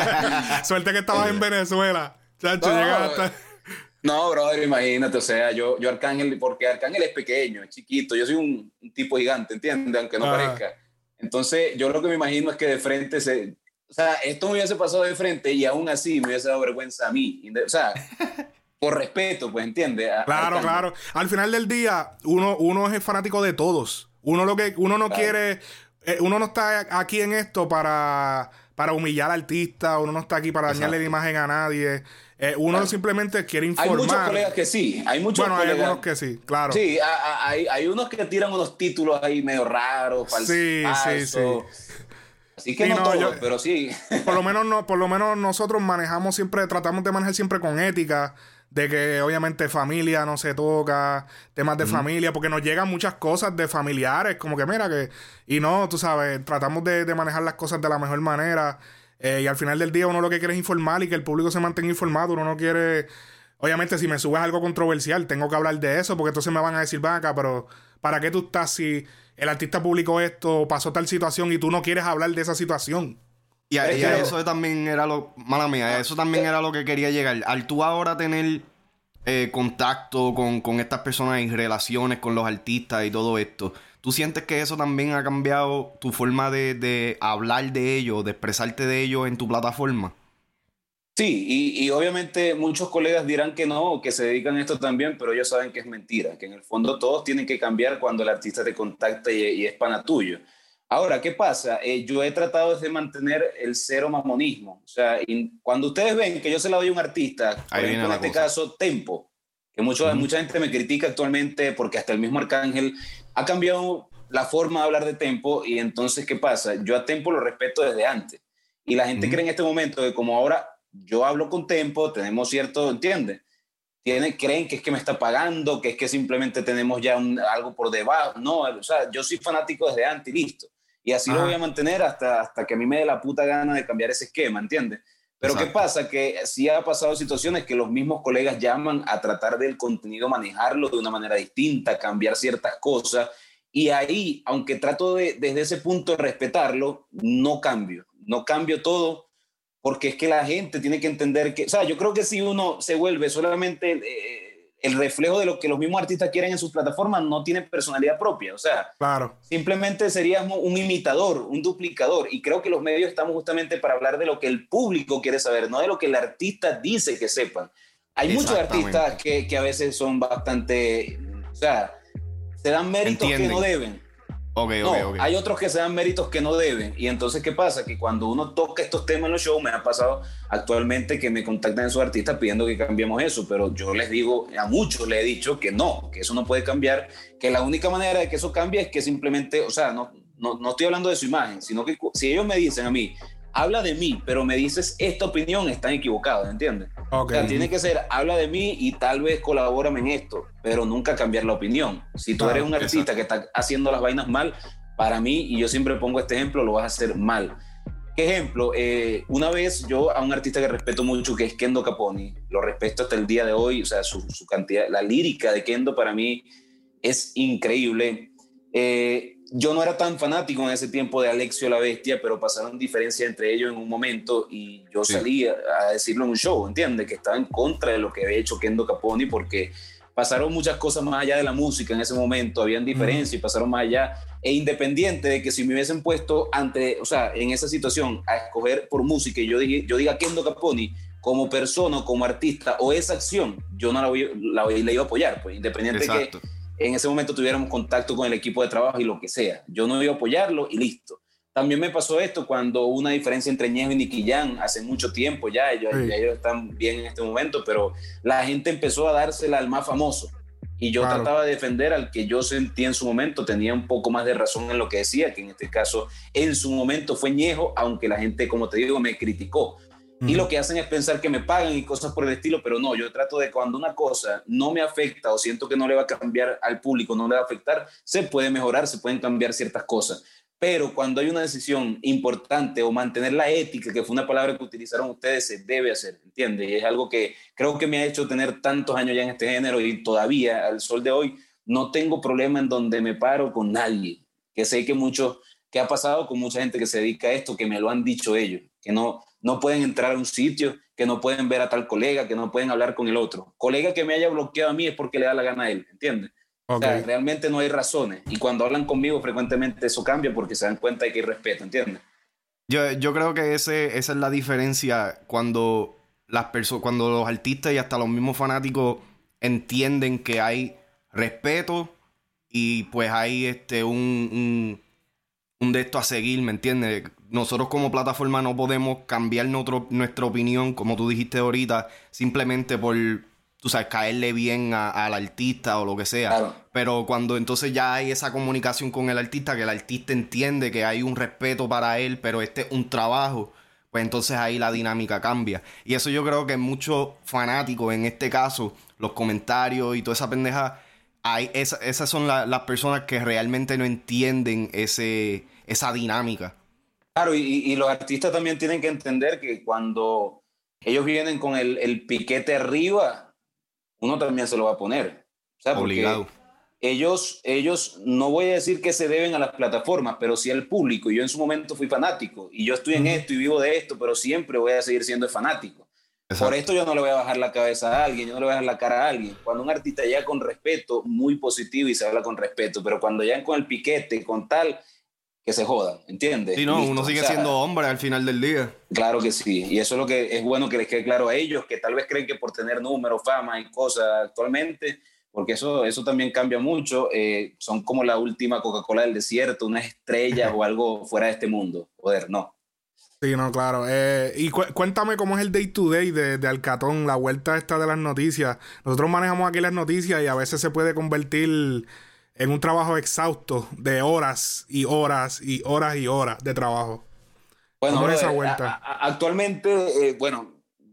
Suerte que estabas en Venezuela. Chacho, no, llegaste. No, brother, imagínate, o sea, yo, yo Arcángel, porque Arcángel es pequeño, es chiquito, yo soy un, un tipo gigante, ¿entiendes? Aunque no ah. parezca. Entonces, yo lo que me imagino es que de frente se... O sea, esto me hubiese pasado de frente y aún así me hubiese dado vergüenza a mí. O sea... Por respeto, pues, ¿entiendes? A, claro, claro. Al final del día, uno, uno es fanático de todos. Uno lo que uno no claro. quiere... Eh, uno no está aquí en esto para, para humillar al artista. Uno no está aquí para dañarle la imagen a nadie. Eh, uno claro. simplemente quiere informar. Hay muchos colegas que sí. Hay muchos bueno, colegas. hay algunos que sí, claro. Sí, hay, hay unos que tiran unos títulos ahí medio raros, falsos. Sí, sí, sí. Así que sí, no, no todo, yo, pero sí. Por lo menos no, por lo menos nosotros manejamos siempre, tratamos de manejar siempre con ética. De que obviamente familia no se toca, temas de mm. familia, porque nos llegan muchas cosas de familiares, como que mira que... Y no, tú sabes, tratamos de, de manejar las cosas de la mejor manera. Eh, y al final del día uno lo que quiere es informar y que el público se mantenga informado. Uno no quiere... Obviamente si me subes algo controversial, tengo que hablar de eso, porque entonces me van a decir, van acá, pero ¿para qué tú estás si el artista publicó esto, pasó tal situación y tú no quieres hablar de esa situación? Y a, y a eso también era lo... Mala mía, a eso también era lo que quería llegar. Al tú ahora tener eh, contacto con, con estas personas y relaciones con los artistas y todo esto, ¿tú sientes que eso también ha cambiado tu forma de, de hablar de ellos, de expresarte de ellos en tu plataforma? Sí, y, y obviamente muchos colegas dirán que no, que se dedican a esto también, pero ellos saben que es mentira, que en el fondo todos tienen que cambiar cuando el artista te contacta y, y es pana tuyo. Ahora, ¿qué pasa? Eh, yo he tratado de mantener el cero mamonismo. O sea, in, cuando ustedes ven que yo se la doy a un artista, por ejemplo, en este cosa. caso, Tempo, que mucho, uh-huh. mucha gente me critica actualmente porque hasta el mismo Arcángel ha cambiado la forma de hablar de Tempo y entonces, ¿qué pasa? Yo a Tempo lo respeto desde antes. Y la gente uh-huh. cree en este momento que como ahora yo hablo con Tempo, tenemos cierto, ¿entiendes? Tiene, creen que es que me está pagando, que es que simplemente tenemos ya un, algo por debajo. No, o sea, yo soy fanático desde antes y listo. Y así Ajá. lo voy a mantener hasta, hasta que a mí me dé la puta gana de cambiar ese esquema, ¿entiendes? Pero Exacto. ¿qué pasa? Que sí ha pasado situaciones que los mismos colegas llaman a tratar del contenido, manejarlo de una manera distinta, cambiar ciertas cosas. Y ahí, aunque trato de, desde ese punto de respetarlo, no cambio. No cambio todo, porque es que la gente tiene que entender que... O sea, yo creo que si uno se vuelve solamente eh, el reflejo de lo que los mismos artistas quieren en sus plataformas, no tiene personalidad propia. O sea, claro. simplemente seríamos un imitador, un duplicador. Y creo que los medios estamos justamente para hablar de lo que el público quiere saber, no de lo que el artista dice que sepan. Hay muchos artistas que, que a veces son bastante... O sea, se dan méritos Entienden. que no deben. Okay, no, okay, okay. Hay otros que se dan méritos que no deben. Y entonces, ¿qué pasa? Que cuando uno toca estos temas en los shows, me ha pasado actualmente que me contactan esos artistas pidiendo que cambiemos eso, pero yo les digo, a muchos les he dicho que no, que eso no puede cambiar, que la única manera de que eso cambie es que simplemente, o sea, no, no, no estoy hablando de su imagen, sino que si ellos me dicen a mí, habla de mí, pero me dices esta opinión, están equivocados, ¿entiendes? Okay. O sea, tiene que ser, habla de mí y tal vez colabórame en esto, pero nunca cambiar la opinión. Si tú claro, eres un artista exacto. que está haciendo las vainas mal, para mí, y yo siempre pongo este ejemplo, lo vas a hacer mal. ¿Qué ejemplo? Eh, una vez yo a un artista que respeto mucho, que es Kendo Caponi, lo respeto hasta el día de hoy, o sea, su, su cantidad, la lírica de Kendo para mí es increíble. Eh, Yo no era tan fanático en ese tiempo de Alexio la Bestia, pero pasaron diferencias entre ellos en un momento y yo sí. salí a, a decirlo en un show, ¿entiendes? Que estaba en contra de lo que había hecho Kendo Caponi porque pasaron muchas cosas más allá de la música en ese momento, habían diferencias mm. y pasaron más allá. E independiente de que si me hubiesen puesto ante, o sea, en esa situación a escoger por música y yo, dije, yo diga Kendo Caponi como persona, como artista o esa acción, yo no la, voy, la, la iba a apoyar, pues independiente Exacto. que en ese momento tuviéramos contacto con el equipo de trabajo y lo que sea. Yo no iba a apoyarlo y listo. También me pasó esto cuando hubo una diferencia entre Ñejo y Nicky Jam hace mucho tiempo ya, ellos, sí. ya ellos están bien en este momento, pero la gente empezó a dársela al más famoso y yo claro. trataba de defender al que yo sentí en su momento tenía un poco más de razón en lo que decía, que en este caso en su momento fue Ñejo, aunque la gente, como te digo, me criticó. Y lo que hacen es pensar que me pagan y cosas por el estilo, pero no, yo trato de cuando una cosa no me afecta o siento que no le va a cambiar al público, no le va a afectar, se puede mejorar, se pueden cambiar ciertas cosas. Pero cuando hay una decisión importante o mantener la ética, que fue una palabra que utilizaron ustedes, se debe hacer, ¿entiendes? Y es algo que creo que me ha hecho tener tantos años ya en este género y todavía al sol de hoy no tengo problema en donde me paro con nadie, que sé que mucho, que ha pasado con mucha gente que se dedica a esto, que me lo han dicho ellos, que no... no pueden entrar a un sitio, que no pueden ver a tal colega, que no pueden hablar con el otro. Colega que me haya bloqueado a mí es porque le da la gana a él, ¿entiendes? Okay. O sea, realmente no hay razones. Y cuando hablan conmigo frecuentemente eso cambia porque se dan cuenta de que hay respeto, ¿entiendes? Yo, yo creo que ese, esa es la diferencia cuando, las perso- cuando los artistas y hasta los mismos fanáticos entienden que hay respeto y pues hay este un, un, un de esto a seguir, ¿me entiendes? Nosotros como plataforma no podemos cambiar nuestro, nuestra opinión, como tú dijiste ahorita, simplemente por, tú sabes, caerle bien a, al artista o lo que sea. Claro. Pero cuando entonces ya hay esa comunicación con el artista, que el artista entiende que hay un respeto para él, pero este es un trabajo, pues entonces ahí la dinámica cambia. Y eso yo creo que muchos fanáticos, en este caso, los comentarios y toda esa pendeja, hay, esa, esas son la, las personas que realmente no entienden ese, esa dinámica. Claro, y, y los artistas también tienen que entender que cuando ellos vienen con el, el piquete arriba, uno también se lo va a poner. O sea, obligado. Ellos, ellos, no voy a decir que se deben a las plataformas, pero sí al público. Yo en su momento fui fanático y yo estoy en esto y vivo de esto, pero siempre voy a seguir siendo fanático. Exacto. Por esto yo no le voy a bajar la cabeza a alguien, yo no le voy a bajar la cara a alguien. Cuando un artista llega con respeto, muy positivo y se habla con respeto, pero cuando llegan con el piquete, con tal... que se jodan, ¿entiendes? Sí, no, Listo. Uno sigue o sea, siendo hombre al final del día. Claro que sí, y eso es lo que es bueno que les quede claro a ellos, que tal vez creen que por tener números, fama y cosas actualmente, porque eso, eso también cambia mucho, eh, son como la última Coca-Cola del desierto, una estrella o algo fuera de este mundo. Joder, no. Sí, no, claro. Eh, y cu- cuéntame cómo es el day to day de, de Alcatón, la vuelta esta de las noticias. Nosotros manejamos aquí las noticias y a veces se puede convertir... en un trabajo exhausto de horas y horas y horas y horas de trabajo. Bueno, brother, esa vuelta? A, a, actualmente, eh, bueno,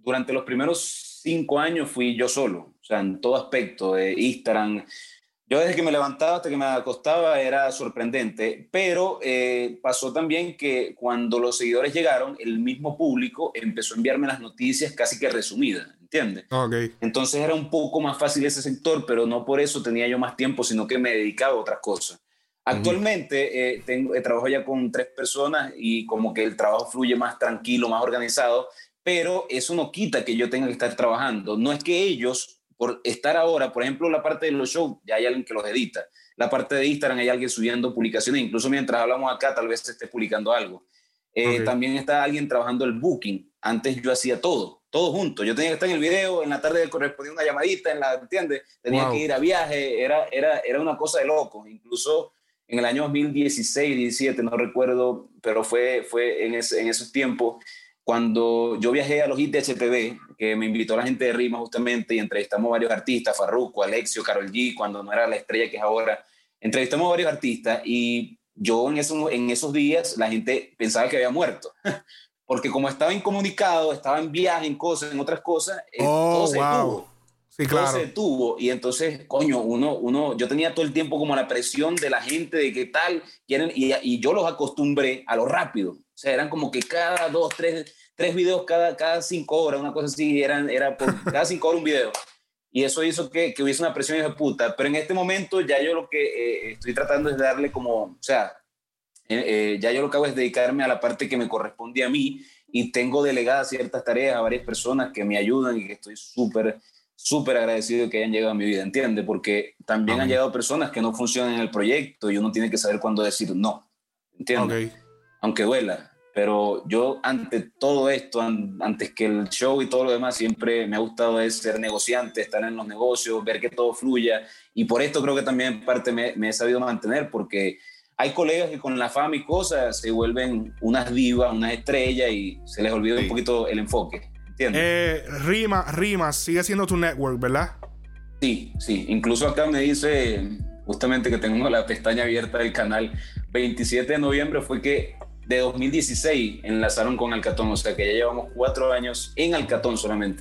durante los primeros cinco años fui yo solo, o sea, en todo aspecto, de Instagram. Yo desde que me levantaba hasta que me acostaba era sorprendente, pero eh, pasó también que cuando los seguidores llegaron, el mismo público empezó a enviarme las noticias casi que resumidas, ¿entiendes? Okay. Entonces era un poco más fácil ese sector, pero no por eso tenía yo más tiempo, sino que me dedicaba a otras cosas. Actualmente uh-huh. eh, tengo, eh, trabajo ya con tres personas y como que el trabajo fluye más tranquilo, más organizado, pero eso no quita que yo tenga que estar trabajando. No es que ellos... por estar ahora, por ejemplo, la parte de los shows, ya hay alguien que los edita. La parte de Instagram hay alguien subiendo publicaciones, incluso mientras hablamos acá tal vez se esté publicando algo. Eh, okay. También está alguien trabajando el booking. Antes yo hacía todo, todo junto. Yo tenía que estar en el video, en la tarde correspondía una llamadita, en la, ¿entiendes? Tenía wow. que ir a viaje, era, era, era una cosa de loco. Incluso en el año dos mil dieciséis, diecisiete, no recuerdo, pero fue, fue en, ese, en esos tiempos, cuando yo viajé a los hits de H P B, que me invitó la gente de Rima justamente y entrevistamos varios artistas, Farruko, Alexio, Karol G, cuando no era la estrella que es ahora, entrevistamos a varios artistas y yo en esos, en esos días la gente pensaba que había muerto, porque como estaba incomunicado, estaba en viaje, en cosas, en otras cosas, oh, todo se wow. detuvo. Sí, todo claro. se detuvo y entonces, coño, uno, uno, yo tenía todo el tiempo como la presión de la gente de qué tal quieren y, y yo los acostumbré a lo rápido. O sea, eran como que cada dos, tres, tres videos cada, cada cinco horas, una cosa así, eran, era por cada cinco horas un video. Y eso hizo que, que hubiese una presión de puta. Pero en este momento ya yo lo que eh, estoy tratando es darle como, o sea, eh, eh, ya yo lo que hago es dedicarme a la parte que me corresponde a mí y tengo delegadas ciertas tareas a varias personas que me ayudan y que estoy súper, súper agradecido de que hayan llegado a mi vida, ¿entiendes? Porque también okay. han llegado personas que no funcionan en el proyecto y uno tiene que saber cuándo decir no, ¿entiendes? Okay. Aunque duela. Pero yo, ante todo esto, an, antes que el show y todo lo demás, siempre me ha gustado es ser negociante, estar en los negocios, ver que todo fluya. Y por esto creo que también en parte me, me he sabido mantener, porque hay colegas que con la fama y cosas se vuelven unas divas, unas estrellas y se les olvida sí. un poquito el enfoque, ¿entiendes? Eh, Rima, Rimas, sigue siendo tu network, ¿verdad? Sí, sí. Incluso acá me dice, justamente que tengo la pestaña abierta del canal, veintisiete de noviembre fue que de dos mil dieciséis enlazaron con Alcatón, o sea que ya llevamos cuatro años en Alcatón solamente.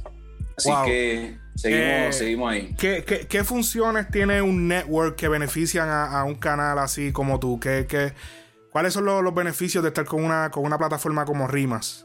Así wow. que seguimos, eh, seguimos ahí. ¿qué, qué, ¿Qué funciones tiene un network que benefician a, a un canal así como tú? ¿Qué, qué, ¿Cuáles son los, los beneficios de estar con una, con una plataforma como Rimas?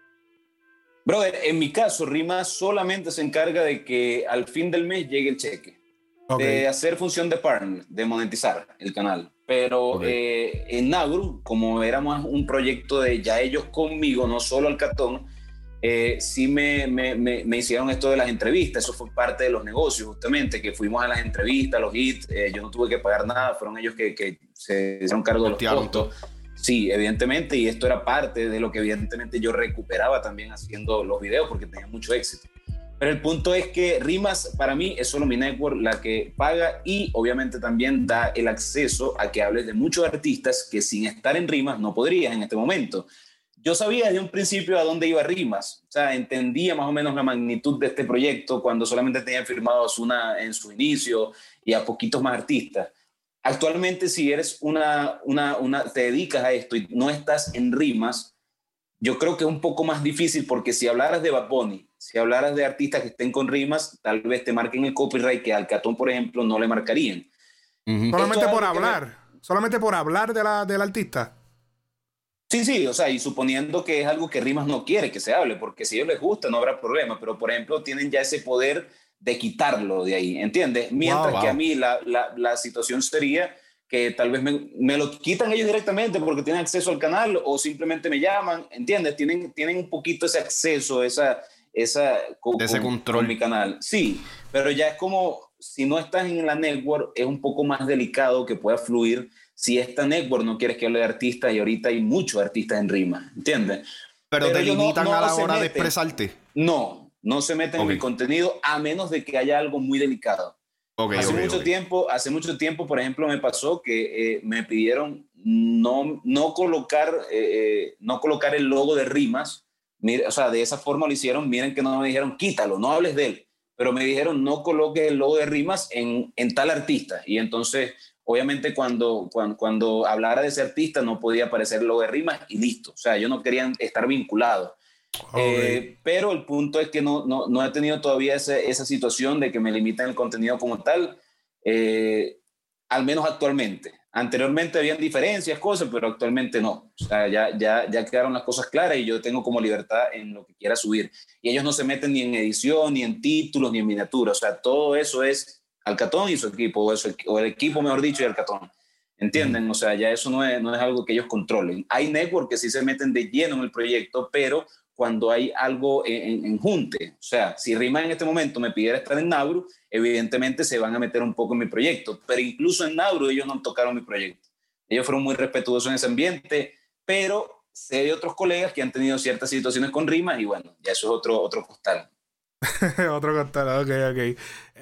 Brother, en mi caso, Rimas solamente se encarga de que al fin del mes llegue el cheque. Okay. De hacer función de partner, de monetizar el canal. Pero okay. eh, en Nagru, como éramos un proyecto de ya ellos conmigo, no solo Alcatón, eh, sí me, me, me, me hicieron esto de las entrevistas. Eso fue parte de los negocios, justamente, que fuimos a las entrevistas, los hits. Eh, yo no tuve que pagar nada, fueron ellos que, que se hicieron cargo de los costos. Sí, evidentemente, y esto era parte de lo que evidentemente yo recuperaba también haciendo los videos, porque tenía mucho éxito. Pero el punto es que Rimas para mí es solo mi network la que paga y obviamente también da el acceso a que hables de muchos artistas que sin estar en Rimas no podrías en este momento. Yo sabía desde un principio a dónde iba Rimas, o sea, entendía más o menos la magnitud de este proyecto cuando solamente tenía firmado a Ozuna en su inicio y a poquitos más artistas. Actualmente si eres una, una, una, te dedicas a esto y no estás en Rimas, yo creo que es un poco más difícil porque si hablaras de Bad Bunny, si hablaras de artistas que estén con Rimas, tal vez te marquen el copyright que al Catón, por ejemplo, no le marcarían. Uh-huh. Solamente por hablar, me... solamente por hablar de la, del artista. Sí, sí, o sea, y suponiendo que es algo que Rimas no quiere que se hable, porque si a ellos les gusta no habrá problema, pero por ejemplo tienen ya ese poder de quitarlo de ahí, ¿entiendes? Mientras wow, wow. que a mí la, la, la situación sería que tal vez me, me lo quitan ellos directamente porque tienen acceso al canal o simplemente me llaman, ¿entiendes? Tienen, tienen un poquito ese acceso, esa... esa con, ese con, control con mi canal, sí, pero ya es como si no estás en la network es un poco más delicado que pueda fluir si esta network no quieres que hable de artistas y ahorita hay muchos artistas en Rima, ¿entiendes? Pero, pero te limitan no, no a la hora meten, de expresarte. No, no se meten okay. en el contenido a menos de que haya algo muy delicado. Okay, hace okay, mucho okay. tiempo, hace mucho tiempo, por ejemplo, me pasó que eh, me pidieron no, no colocar, eh, no colocar el logo de Rimas. Mire, o sea, de esa forma lo hicieron. Miren que no me dijeron quítalo, no hables de él, pero me dijeron no coloques el logo de Rimas en, en tal artista. Y entonces, obviamente, cuando, cuando, cuando hablara de ese artista no podía aparecer el logo de Rimas y listo. O sea, yo no quería estar vinculado. Okay. Eh, pero el punto es que no, no, no he tenido todavía esa, esa situación de que me limitan el contenido como tal, eh, al menos actualmente. Anteriormente habían diferencias, cosas, pero actualmente no. O sea, ya, ya, ya quedaron las cosas claras y yo tengo como libertad en lo que quiera subir. Y ellos no se meten ni en edición, ni en títulos, ni en miniatura. O sea, todo eso es Alcatón y su equipo, o, eso, o el equipo, mejor dicho, y Alcatón. ¿Entienden? O sea, ya eso no es, no es algo que ellos controlen. Hay network que sí se meten de lleno en el proyecto, pero cuando hay algo en, en, en junte. O sea, si Rima en este momento me pidiera estar en Nauru, evidentemente se van a meter un poco en mi proyecto. Pero incluso en Nauru ellos no tocaron mi proyecto. Ellos fueron muy respetuosos en ese ambiente, pero sé de otros colegas que han tenido ciertas situaciones con Rima y bueno, ya eso es otro, otro costal. Otro costal, ok, ok.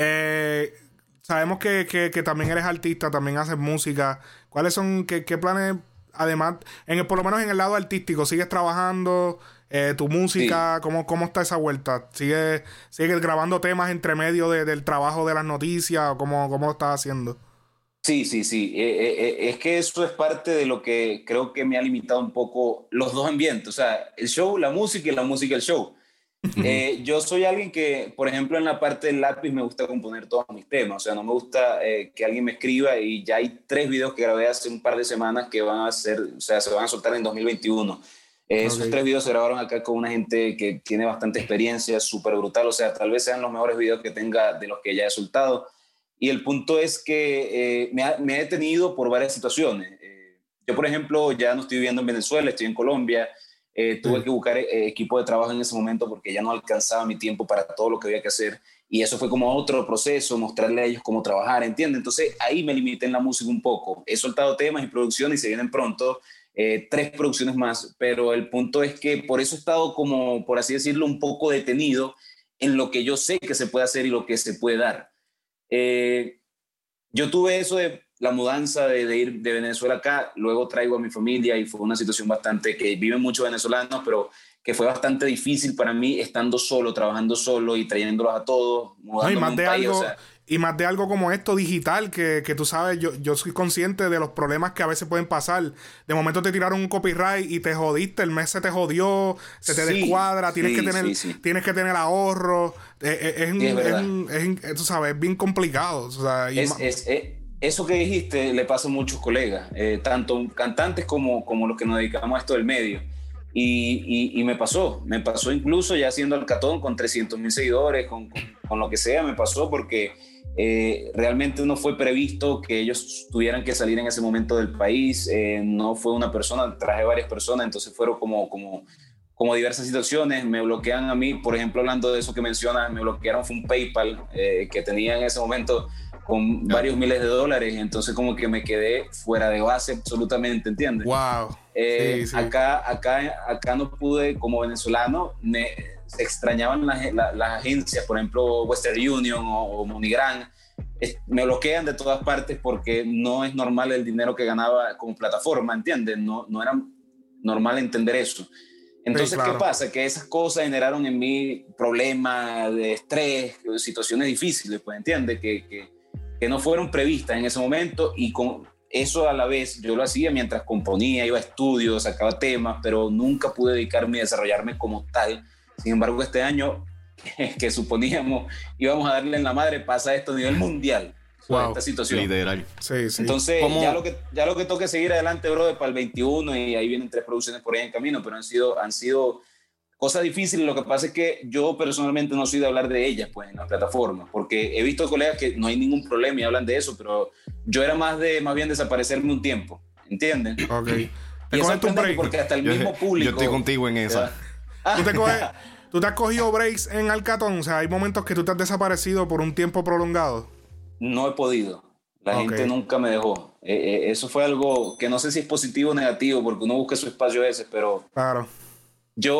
Eh, sabemos que, que, que también eres artista, también haces música. ¿Cuáles son, qué, qué planes, además, en el, por lo menos en el lado artístico, sigues trabajando? Eh, tu música, sí. ¿cómo, ¿cómo está esa vuelta? ¿Sigues sigue grabando temas entre medio de, del trabajo de las noticias? ¿O cómo, cómo lo estás haciendo? Sí, sí, sí. Eh, eh, es que eso es parte de lo que creo que me ha limitado un poco los dos ambientes. O sea, el show, la música y la música, el show. eh, yo soy alguien que, por ejemplo, en la parte del lápiz me gusta componer todos mis temas. O sea, no me gusta eh, que alguien me escriba y ya hay tres videos que grabé hace un par de semanas que van a ser, o sea, se van a soltar en dos mil veintiuno. Eh, esos okay. tres videos se grabaron acá con una gente que tiene bastante experiencia, súper brutal. O sea, tal vez sean los mejores videos que tenga de los que ya he soltado. Y el punto es que eh, me, ha, me he detenido por varias situaciones. Eh, yo, por ejemplo, ya no estoy viviendo en Venezuela, estoy en Colombia. Eh, tuve sí. que buscar eh, equipo de trabajo en ese momento porque ya no alcanzaba mi tiempo para todo lo que había que hacer. Y eso fue como otro proceso, mostrarle a ellos cómo trabajar, ¿entiendes? Entonces ahí me limité en la música un poco. He soltado temas y producciones y se vienen pronto. Eh, tres producciones más, pero el punto es que por eso he estado como, por así decirlo, un poco detenido en lo que yo sé que se puede hacer y lo que se puede dar. Eh, yo tuve eso de la mudanza de, de ir de Venezuela acá, luego traigo a mi familia y fue una situación bastante que viven muchos venezolanos, pero que fue bastante difícil para mí estando solo, trabajando solo y trayéndolos a todos, mudándome no, y más a un de país, algo, o sea, y más de algo como esto digital, que, que tú sabes, yo, yo soy consciente de los problemas que a veces pueden pasar. De momento te tiraron un copyright y te jodiste, el mes se te jodió, se te sí, descuadra, tienes, sí, que tener, sí, sí. tienes que tener ahorro. Eh, eh, es, sí, es, es, un, es, es, tú sabes, es bien complicado. O sea, y es, es, es, eso que dijiste le pasa a muchos colegas, eh, tanto cantantes como, como los que nos dedicamos a esto del medio. Y, y, y me pasó, me pasó incluso ya siendo Alcatón con trescientos mil seguidores, con, con, con lo que sea, me pasó porque eh, realmente no fue previsto que ellos tuvieran que salir en ese momento del país, eh, no fue una persona, traje varias personas, entonces fueron como, como, como diversas situaciones, me bloquean a mí, por ejemplo, hablando de eso que mencionas, me bloquearon fue un PayPal eh, que tenía en ese momento con varios miles de dólares, entonces como que me quedé fuera de base absolutamente, ¿entiendes? Wow. Eh, sí, sí. Acá, acá, acá no pude, como venezolano, me, se extrañaban las, las, las agencias, por ejemplo, Western Union o, o MoneyGram, es, me bloquean de todas partes porque no es normal el dinero que ganaba como plataforma, ¿entiendes? No, no era normal entender eso. Entonces, sí, claro. ¿Qué pasa? Que esas cosas generaron en mí problemas de estrés, situaciones difíciles, pues, ¿entiendes? Que, que, que no fueron previstas en ese momento y con eso a la vez yo lo hacía mientras componía, iba a estudios, sacaba temas, pero nunca pude dedicarme a desarrollarme como tal. Sin embargo, este año, que, que suponíamos íbamos a darle en la madre, pasa esto a nivel mundial. Wow. Esta situación. Literal. Sí, sí. Entonces, ya lo, que, ya lo que toca es seguir adelante, brother, para el veintiuno y ahí vienen tres producciones por ahí en camino, pero han sido, han sido cosas difíciles. Lo que pasa es que yo personalmente no soy de hablar de ellas pues, en las plataformas, porque he visto colegas que no hay ningún problema y hablan de eso, pero yo era más de más bien desaparecerme un tiempo, ¿entienden? Ok. Y eso un break porque hasta el yo, mismo público... Yo estoy contigo en esa. ¿Tú te, coges, ¿Tú te has cogido breaks en Alcatón? O sea, hay momentos que tú te has desaparecido por un tiempo prolongado. No he podido. La okay. gente nunca me dejó. Eh, eh, eso fue algo que no sé si es positivo o negativo, porque uno busca su espacio ese, pero... Claro. Yo,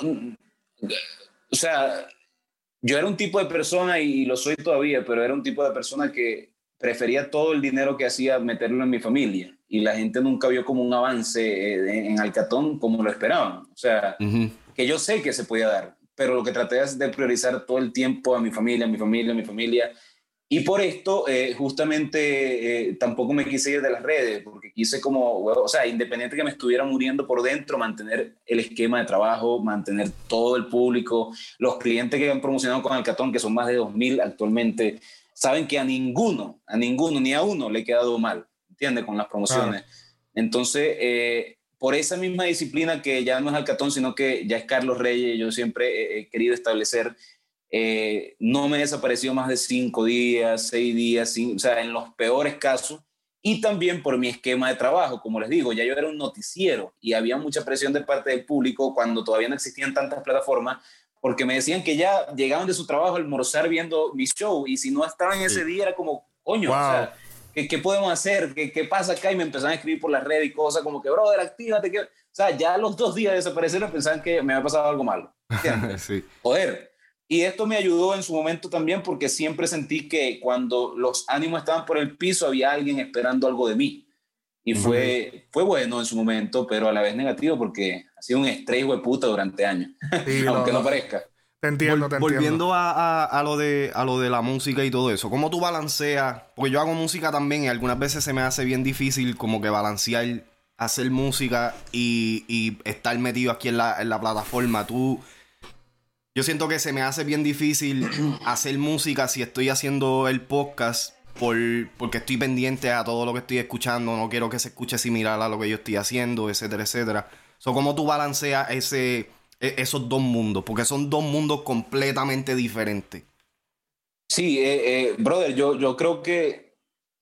o sea, yo era un tipo de persona y lo soy todavía, pero era un tipo de persona que prefería todo el dinero que hacía meterlo en mi familia y la gente nunca vio como un avance en Alcatón como lo esperaban. O sea, uh-huh. que yo sé que se podía dar, pero lo que traté es de priorizar todo el tiempo a mi familia, a mi familia, a mi familia Y por esto, eh, justamente, eh, tampoco me quise ir de las redes, porque quise como, o sea, independiente que me estuviera muriendo por dentro, mantener el esquema de trabajo, mantener todo el público, los clientes que han promocionado con Alcatón, que son más de dos mil actualmente, saben que a ninguno, a ninguno, ni a uno le he quedado mal, ¿entiendes? Con las promociones. Claro. Entonces, eh, por esa misma disciplina que ya no es Alcatón, sino que ya es Carlos Reyes, yo siempre he, he querido establecer. Eh, no me he desaparecido más de cinco días, seis días, cinco, o sea, en los peores casos, y también por mi esquema de trabajo. Como les digo, ya yo era un noticiero y había mucha presión de parte del público cuando todavía no existían tantas plataformas, porque me decían que ya llegaban de su trabajo a almorzar viendo mi show, y si no estaban sí. ese día era como, coño, wow. o sea, ¿qué, ¿qué podemos hacer? ¿Qué, ¿Qué pasa acá? Y me empezaron a escribir por las redes y cosas como que, brother, actívate. Que... O sea, ya los dos días de desaparecer pensaban que me había pasado algo malo. ¿Entiendes? sí. Joder. Y esto me ayudó en su momento también, porque siempre sentí que cuando los ánimos estaban por el piso había alguien esperando algo de mí. Y fue, uh-huh. fue bueno en su momento, pero a la vez negativo, porque ha sido un estrés de puta durante años, sí, aunque no, no parezca. Te entiendo, te Vol- Volviendo entiendo. A, a, a, lo de, a lo de la música y todo eso, ¿cómo tú balanceas? Porque yo hago música también y algunas veces se me hace bien difícil como que balancear, hacer música y, y estar metido aquí en la, en la plataforma. Tú... Yo siento que se me hace bien difícil hacer música si estoy haciendo el podcast por, porque estoy pendiente a todo lo que estoy escuchando. No quiero que se escuche similar a lo que yo estoy haciendo, etcétera, etcétera. So, ¿cómo tú balanceas ese, esos dos mundos? Porque son dos mundos completamente diferentes. Sí, eh, eh, brother, yo, yo creo que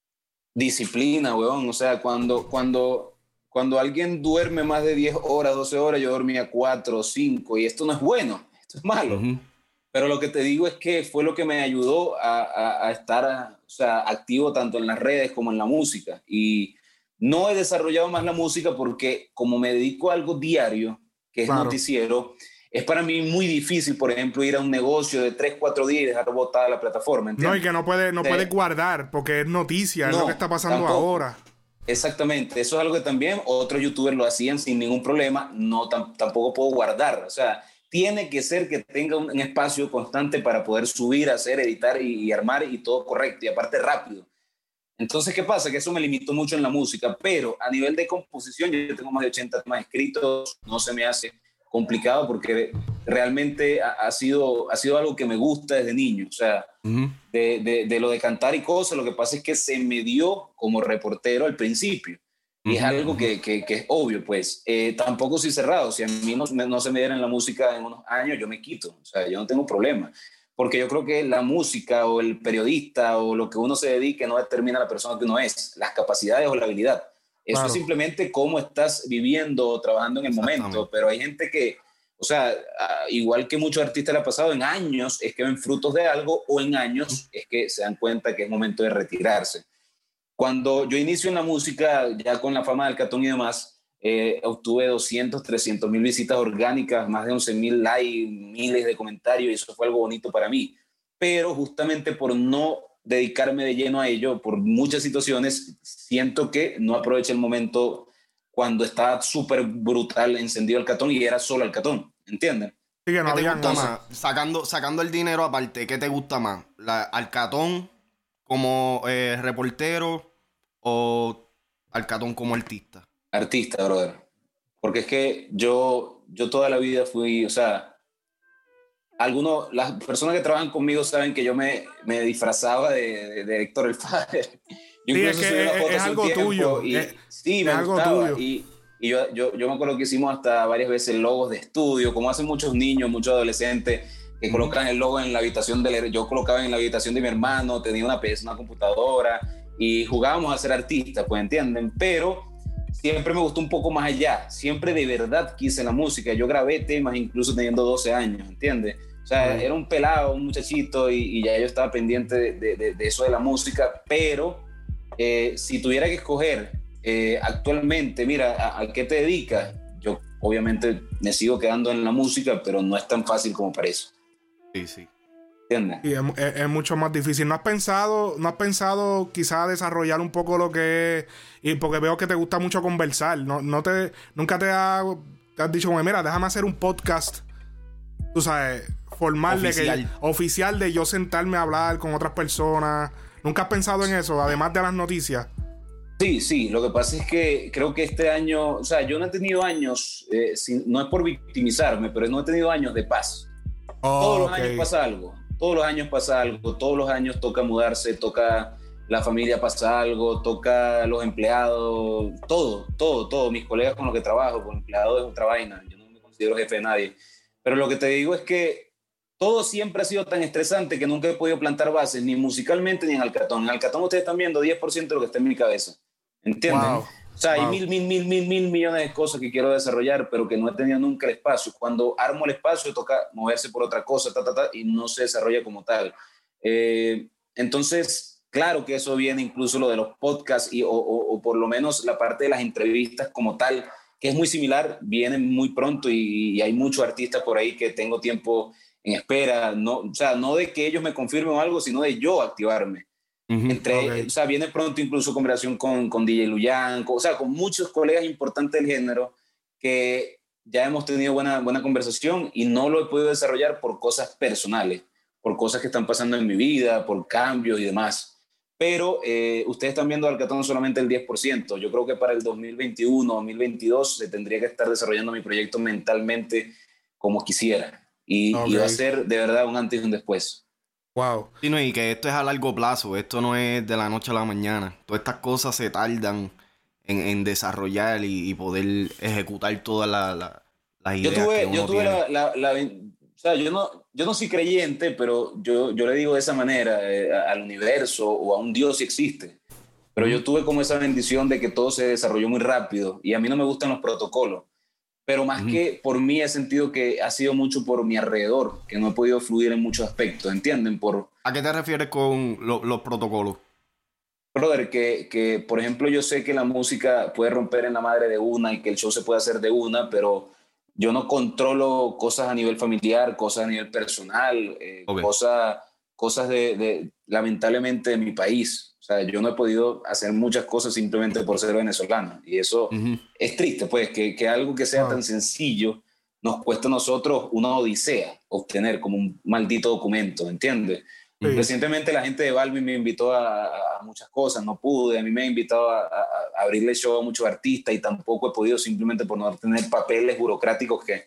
disciplina, weón. O sea, cuando, cuando, cuando alguien duerme más de diez horas, doce horas, yo dormía cuatro o cinco, y esto no es bueno. Esto es malo, uh-huh. pero lo que te digo es que fue lo que me ayudó a, a, a estar a, o sea, activo tanto en las redes como en la música. Y no he desarrollado más la música porque como me dedico a algo diario, que es claro. noticiero, es para mí muy difícil, por ejemplo, ir a un negocio de tres, cuatro días y dejar botada la plataforma, ¿entiendes? No, y que no puede, no eh, puede guardar porque es noticia, no, es lo que está pasando tampoco. ahora. Exactamente, eso es algo que también otros youtubers lo hacían sin ningún problema. No, tam- tampoco puedo guardar, o sea... Tiene que ser que tenga un, un espacio constante para poder subir, hacer, editar y, y armar y todo correcto, y aparte rápido. Entonces, ¿qué pasa? Que eso me limitó mucho en la música, pero a nivel de composición, yo tengo más de ochenta temas escritos, no se me hace complicado porque realmente ha, ha, sido, ha sido algo que me gusta desde niño. O sea, uh-huh. de, de, de lo de cantar y cosas, lo que pasa es que se me dio como reportero al principio. Y es algo que, que, que es obvio, pues. Eh, tampoco soy cerrado. Si a mí no, no se me diera en la música en unos años, yo me quito. O sea, yo no tengo problema. Porque yo creo que la música o el periodista o lo que uno se dedique no determina la persona que uno es, las capacidades o la habilidad. Eso claro. es simplemente cómo estás viviendo o trabajando en el momento. Pero hay gente que, o sea, igual que muchos artistas le ha pasado, en años es que ven frutos de algo, o en años es que se dan cuenta que es momento de retirarse. Cuando yo inicio en la música, ya con la fama del Alcatón y demás, eh, obtuve doscientos, trescientos mil visitas orgánicas, más de once mil likes, miles de comentarios, y eso fue algo bonito para mí. Pero justamente por no dedicarme de lleno a ello, por muchas situaciones, siento que no aproveché el momento cuando estaba súper brutal encendido Alcatón y era solo Alcatón, ¿entienden? Sí, que no ¿Qué te gusta más? Sacando, sacando el dinero aparte, ¿qué te gusta más? ¿La Alcatón como eh, reportero o Alcatón como artista? Artista, brother. Porque es que yo, yo toda la vida fui, o sea, algunos, las personas que trabajan conmigo saben que yo me, me disfrazaba de, de, de Héctor el Father. Yo sí, es que es, es algo tuyo. Y, es, sí, me es algo gustaba. tuyo. Y, y yo, yo, yo me acuerdo que hicimos hasta varias veces logos de estudio, como hacen muchos niños, muchos adolescentes, que colocan el logo en la habitación de... Yo colocaba en la habitación de mi hermano, tenía una P S, una computadora, y jugábamos a ser artistas, pues, ¿entienden? Pero siempre me gustó un poco más allá. Siempre de verdad quise la música. Yo grabé temas incluso teniendo doce años, ¿entiendes? O sea, uh-huh. era un pelado, un muchachito, y, y ya yo estaba pendiente de, de, de, de eso de la música. Pero eh, si tuviera que escoger eh, actualmente, mira, ¿a, a qué te dedicas? Yo obviamente me sigo quedando en la música, pero no es tan fácil como parece. Sí, sí. ¿Entiendes? Y es, es, es mucho más difícil. ¿No has pensado, no has pensado quizás desarrollar un poco lo que es? Y porque veo que te gusta mucho conversar. No, no te, nunca te, ha, te has dicho, mira, déjame hacer un podcast tú sabes, formal oficial. de que oficial de yo sentarme a hablar con otras personas? ¿Nunca has pensado en eso, además de las noticias? Sí, sí, lo que pasa es que creo que este año, o sea, yo no he tenido años, eh, sin, no es por victimizarme, pero no he tenido años de paz. Oh, todos los okay. años pasa algo, todos los años pasa algo, todos los años toca mudarse, toca la familia, pasa algo, toca los empleados, todo, todo, todo, mis colegas con los que trabajo, con empleados es otra vaina, yo no me considero jefe de nadie, pero lo que te digo es que todo siempre ha sido tan estresante que nunca he podido plantar bases, ni musicalmente ni en Alcatón. En Alcatón ustedes están viendo diez por ciento de lo que está en mi cabeza. ¿Entienden? Wow. O sea, wow. hay mil, mil, mil, mil, mil millones de cosas que quiero desarrollar, pero que no he tenido nunca el espacio. Cuando armo el espacio, toca moverse por otra cosa, ta, ta, ta, y no se desarrolla como tal. Eh, entonces, claro que eso viene incluso lo de los podcasts, y, o, o, o por lo menos la parte de las entrevistas como tal, que es muy similar, viene muy pronto y, y hay muchos artistas por ahí que tengo tiempo en espera. No, o sea, no de que ellos me confirmen algo, sino de yo activarme. Uh-huh, Entre, okay. O sea, viene pronto incluso conversación con, con D J Luyan, con, o sea, con muchos colegas importantes del género que ya hemos tenido buena, buena conversación y no lo he podido desarrollar por cosas personales, por cosas que están pasando en mi vida, por cambios y demás. Pero eh, ustedes están viendo Alcatón solamente el diez por ciento. Yo creo que para el dos mil veintiuno, dos mil veintidós se tendría que estar desarrollando mi proyecto mentalmente como quisiera. Y, okay. y va a ser de verdad un antes y un después. Wow. Sí, no, y que esto es a largo plazo, esto no es de la noche a la mañana. Todas estas cosas se tardan en, en desarrollar y, y poder ejecutar todas la, la, las ideas yo tuve, que uno yo tuve tiene. La, la, la, o sea, yo no, yo no soy creyente, pero yo, yo le digo de esa manera eh, al universo o a un Dios si existe. Pero yo tuve como esa bendición de que todo se desarrolló muy rápido y a mí no me gustan los protocolos. Pero más uh-huh. que por mí he sentido que ha sido mucho por mi alrededor, que no he podido fluir en muchos aspectos, ¿entienden? Por, ¿A qué te refieres con lo, los protocolos? Brother, que, que por ejemplo yo sé que la música puede romper en la madre de una y que el show se puede hacer de una, pero yo no controlo cosas a nivel familiar, cosas a nivel personal, eh, okay. cosas, cosas de, de, lamentablemente, de mi país. O sea, yo no he podido hacer muchas cosas simplemente por ser venezolano. Y eso uh-huh. es triste, pues, que, que algo que sea uh-huh. tan sencillo nos cuesta a nosotros una odisea obtener como un maldito documento, ¿entiendes? Uh-huh. Recientemente la gente de Balvin me invitó a, a muchas cosas, no pude. A mí me ha invitado a, a, a abrirle show a muchos artistas y tampoco he podido simplemente por no tener papeles burocráticos que...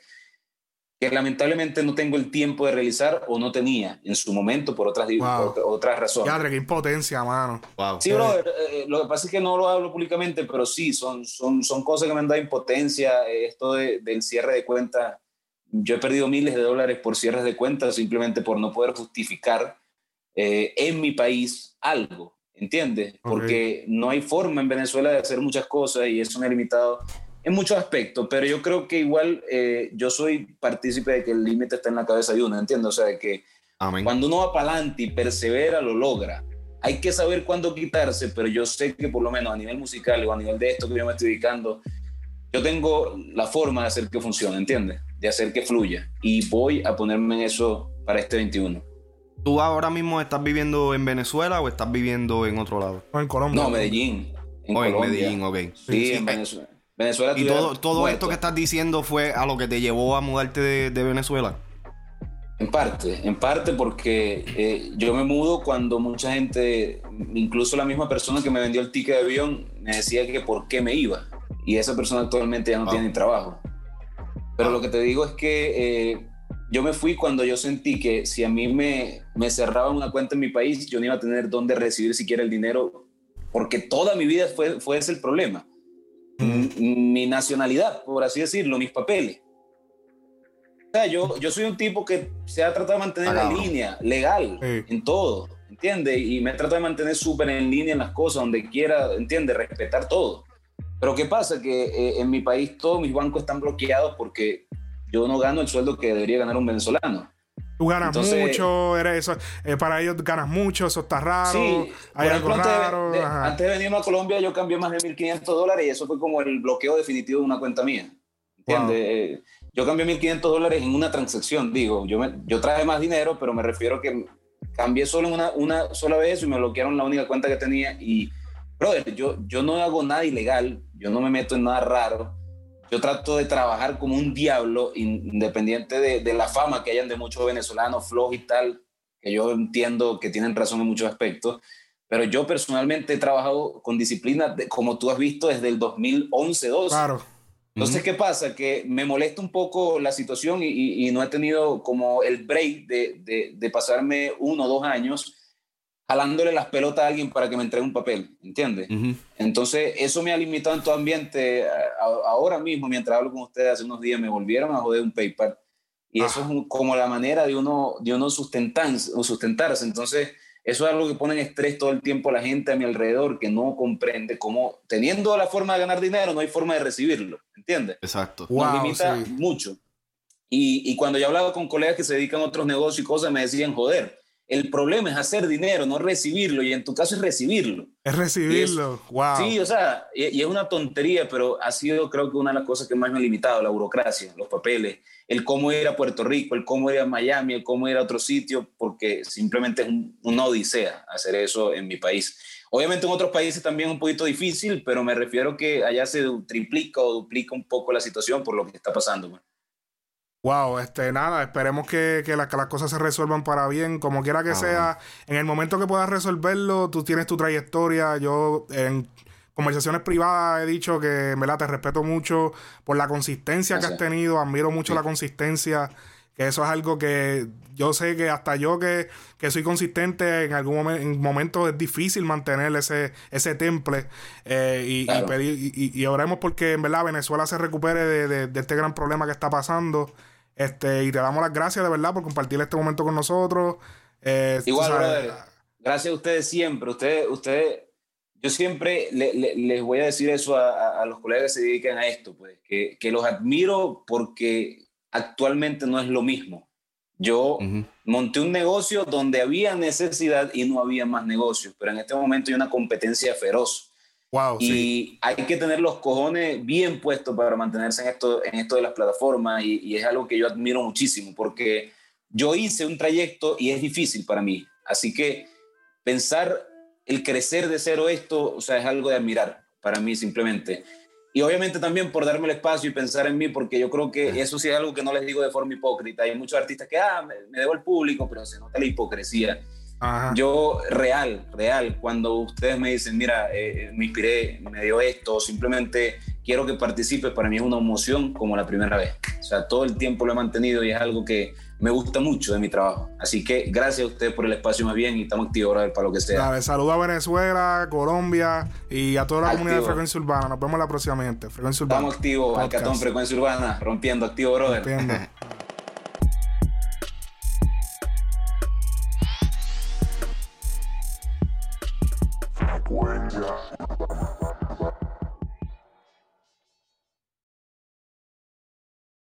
que lamentablemente no tengo el tiempo de realizar o no tenía en su momento por otras, wow. por otras razones. Ya, qué impotencia, mano. Wow. Sí, brother, eh, lo que pasa es que no lo hablo públicamente, pero sí, son, son, son cosas que me han dado impotencia. Eh, esto de, del cierre de cuentas, yo he perdido miles de dólares por cierres de cuentas simplemente por no poder justificar eh, en mi país algo, ¿entiendes? Okay. Porque no hay forma en Venezuela de hacer muchas cosas y eso me ha limitado en muchos aspectos, pero yo creo que igual eh, yo soy partícipe de que el límite está en la cabeza de uno, ¿entiendes? O sea, de que Amén. Cuando uno va para adelante y persevera, lo logra. Hay que saber cuándo quitarse, pero yo sé que por lo menos a nivel musical o a nivel de esto que yo me estoy dedicando, yo tengo la forma de hacer que funcione, ¿entiendes? De hacer que fluya. Y voy a ponerme en eso para este veintiuno. ¿Tú ahora mismo estás viviendo en Venezuela o estás viviendo en otro lado? No, en Colombia. No, Medellín. En oh, Colombia. en Medellín, ok. Sí, sí en Venezuela. Venezuela ¿Y todo, todo esto que estás diciendo fue a lo que te llevó a mudarte de, de Venezuela? En parte, en parte porque eh, yo me mudo cuando mucha gente, incluso la misma persona que me vendió el ticket de avión, me decía que por qué me iba. Y esa persona actualmente ya no ah. tiene ni trabajo. Pero ah. lo que te digo es que eh, yo me fui cuando yo sentí que si a mí me, me cerraban una cuenta en mi país, yo no iba a tener dónde recibir siquiera el dinero, porque toda mi vida fue, fue ese el problema. Mi nacionalidad, por así decirlo, mis papeles. O sea, yo, yo soy un tipo que se ha tratado de mantener la línea legal sí. en todo, ¿entiendes? Y me he tratado de mantener súper en línea en las cosas, donde quiera, ¿entiendes? Respetar todo. Pero ¿qué pasa? Que eh, en mi país todos mis bancos están bloqueados porque yo no gano el sueldo que debería ganar un venezolano. Tú ganas Entonces, mucho, eres eso, eh, para ellos ganas mucho, eso está raro. Sí, hay algo ejemplo, raro. Antes de, de, antes de venirme a Colombia, yo cambié más de mil quinientos dólares y eso fue como el bloqueo definitivo de una cuenta mía. ¿Entiendes? Wow. Eh, yo cambié mil quinientos dólares en una transacción, digo. Yo, me, yo traje más dinero, pero me refiero a que cambié solo en una, una sola vez y me bloquearon la única cuenta que tenía. Y, brother, yo, yo no hago nada ilegal, yo no me meto en nada raro. yo trato de trabajar como un diablo, independiente de, de la fama que hayan de muchos venezolanos flojos y tal, que yo entiendo que tienen razón en muchos aspectos, pero yo personalmente he trabajado con disciplina, de, como tú has visto, desde el dos mil once, doce. Claro. Entonces, uh-huh. ¿qué pasa? Que me molesta un poco la situación y, y, y no he tenido como el break de, de, de pasarme uno o dos años jalándole las pelotas a alguien para que me entregue un papel, ¿entiendes? Uh-huh. Entonces, eso me ha limitado en todo ambiente. A, a, ahora mismo, mientras hablo con ustedes, hace unos días me volvieron a joder un PayPal. Y ah. eso es un, como la manera de uno, de uno sustentarse, sustentarse. Entonces, eso es algo que pone en estrés todo el tiempo a la gente a mi alrededor, que no comprende cómo, teniendo la forma de ganar dinero, no hay forma de recibirlo, ¿entiendes? Exacto. Nos wow, limita sí. mucho. Y, y cuando yo hablaba con colegas que se dedican a otros negocios y cosas, me decían, joder, el problema es hacer dinero, no recibirlo, y en tu caso es recibirlo. Es recibirlo, es, wow. Sí, o sea, y, y es una tontería, pero ha sido creo que una de las cosas que más me ha limitado, la burocracia, los papeles, el cómo ir a Puerto Rico, el cómo ir a Miami, el cómo ir a otro sitio, porque simplemente es un, una odisea hacer eso en mi país. Obviamente en otros países también es un poquito difícil, pero me refiero que allá se triplica o duplica un poco la situación por lo que está pasando, man. Wow, este, nada, esperemos que, que, la, que las cosas se resuelvan para bien, como quiera que ah. sea. En el momento que puedas resolverlo, tú tienes tu trayectoria. Yo en conversaciones privadas he dicho que, en verdad, te respeto mucho por la consistencia Gracias. que has tenido. Admiro mucho sí. la consistencia, que eso es algo que yo sé que hasta yo que, que soy consistente, en algún momento, en momentos es difícil mantener ese, ese temple. Eh, y, claro. y, pedir, y, y oremos porque, en verdad, Venezuela se recupere de, de, de este gran problema que está pasando. Este, y te damos las gracias de verdad por compartir este momento con nosotros. Eh, Igual, brother, gracias a ustedes siempre. Ustedes, ustedes, yo siempre le, le, les voy a decir eso a, a los colegas que se dedican a esto, pues, que, que los admiro porque actualmente no es lo mismo. Yo uh-huh. monté un negocio donde había necesidad y no había más negocios, pero en este momento hay una competencia feroz. Wow, y sí. hay que tener los cojones bien puestos para mantenerse en esto, en esto de las plataformas y, y es algo que yo admiro muchísimo porque yo hice un trayecto y es difícil para mí. Así que pensar el crecer de cero esto, o sea, es algo de admirar para mí simplemente. Y obviamente también por darme el espacio y pensar en mí, porque yo creo que eso sí es algo que no les digo de forma hipócrita. Hay muchos artistas que, ah, me, me debo al público, pero se nota la hipocresía. Ajá. Yo, real, real, cuando ustedes me dicen, mira, eh, me inspiré, me dio esto, simplemente quiero que participes, para mí es una emoción como la primera vez. O sea, todo el tiempo lo he mantenido y es algo que me gusta mucho de mi trabajo. Así que gracias a ustedes por el espacio más bien y estamos activos ahora para lo que sea. Dale, saludo a Venezuela, Colombia y a toda la activo. comunidad de Frecuencia Urbana. Nos vemos la próxima, gente. Frecuencia Urbana. Estamos activos, Alcatón, Frecuencia Urbana, rompiendo, activo, brother. Rompiendo. Frecuencia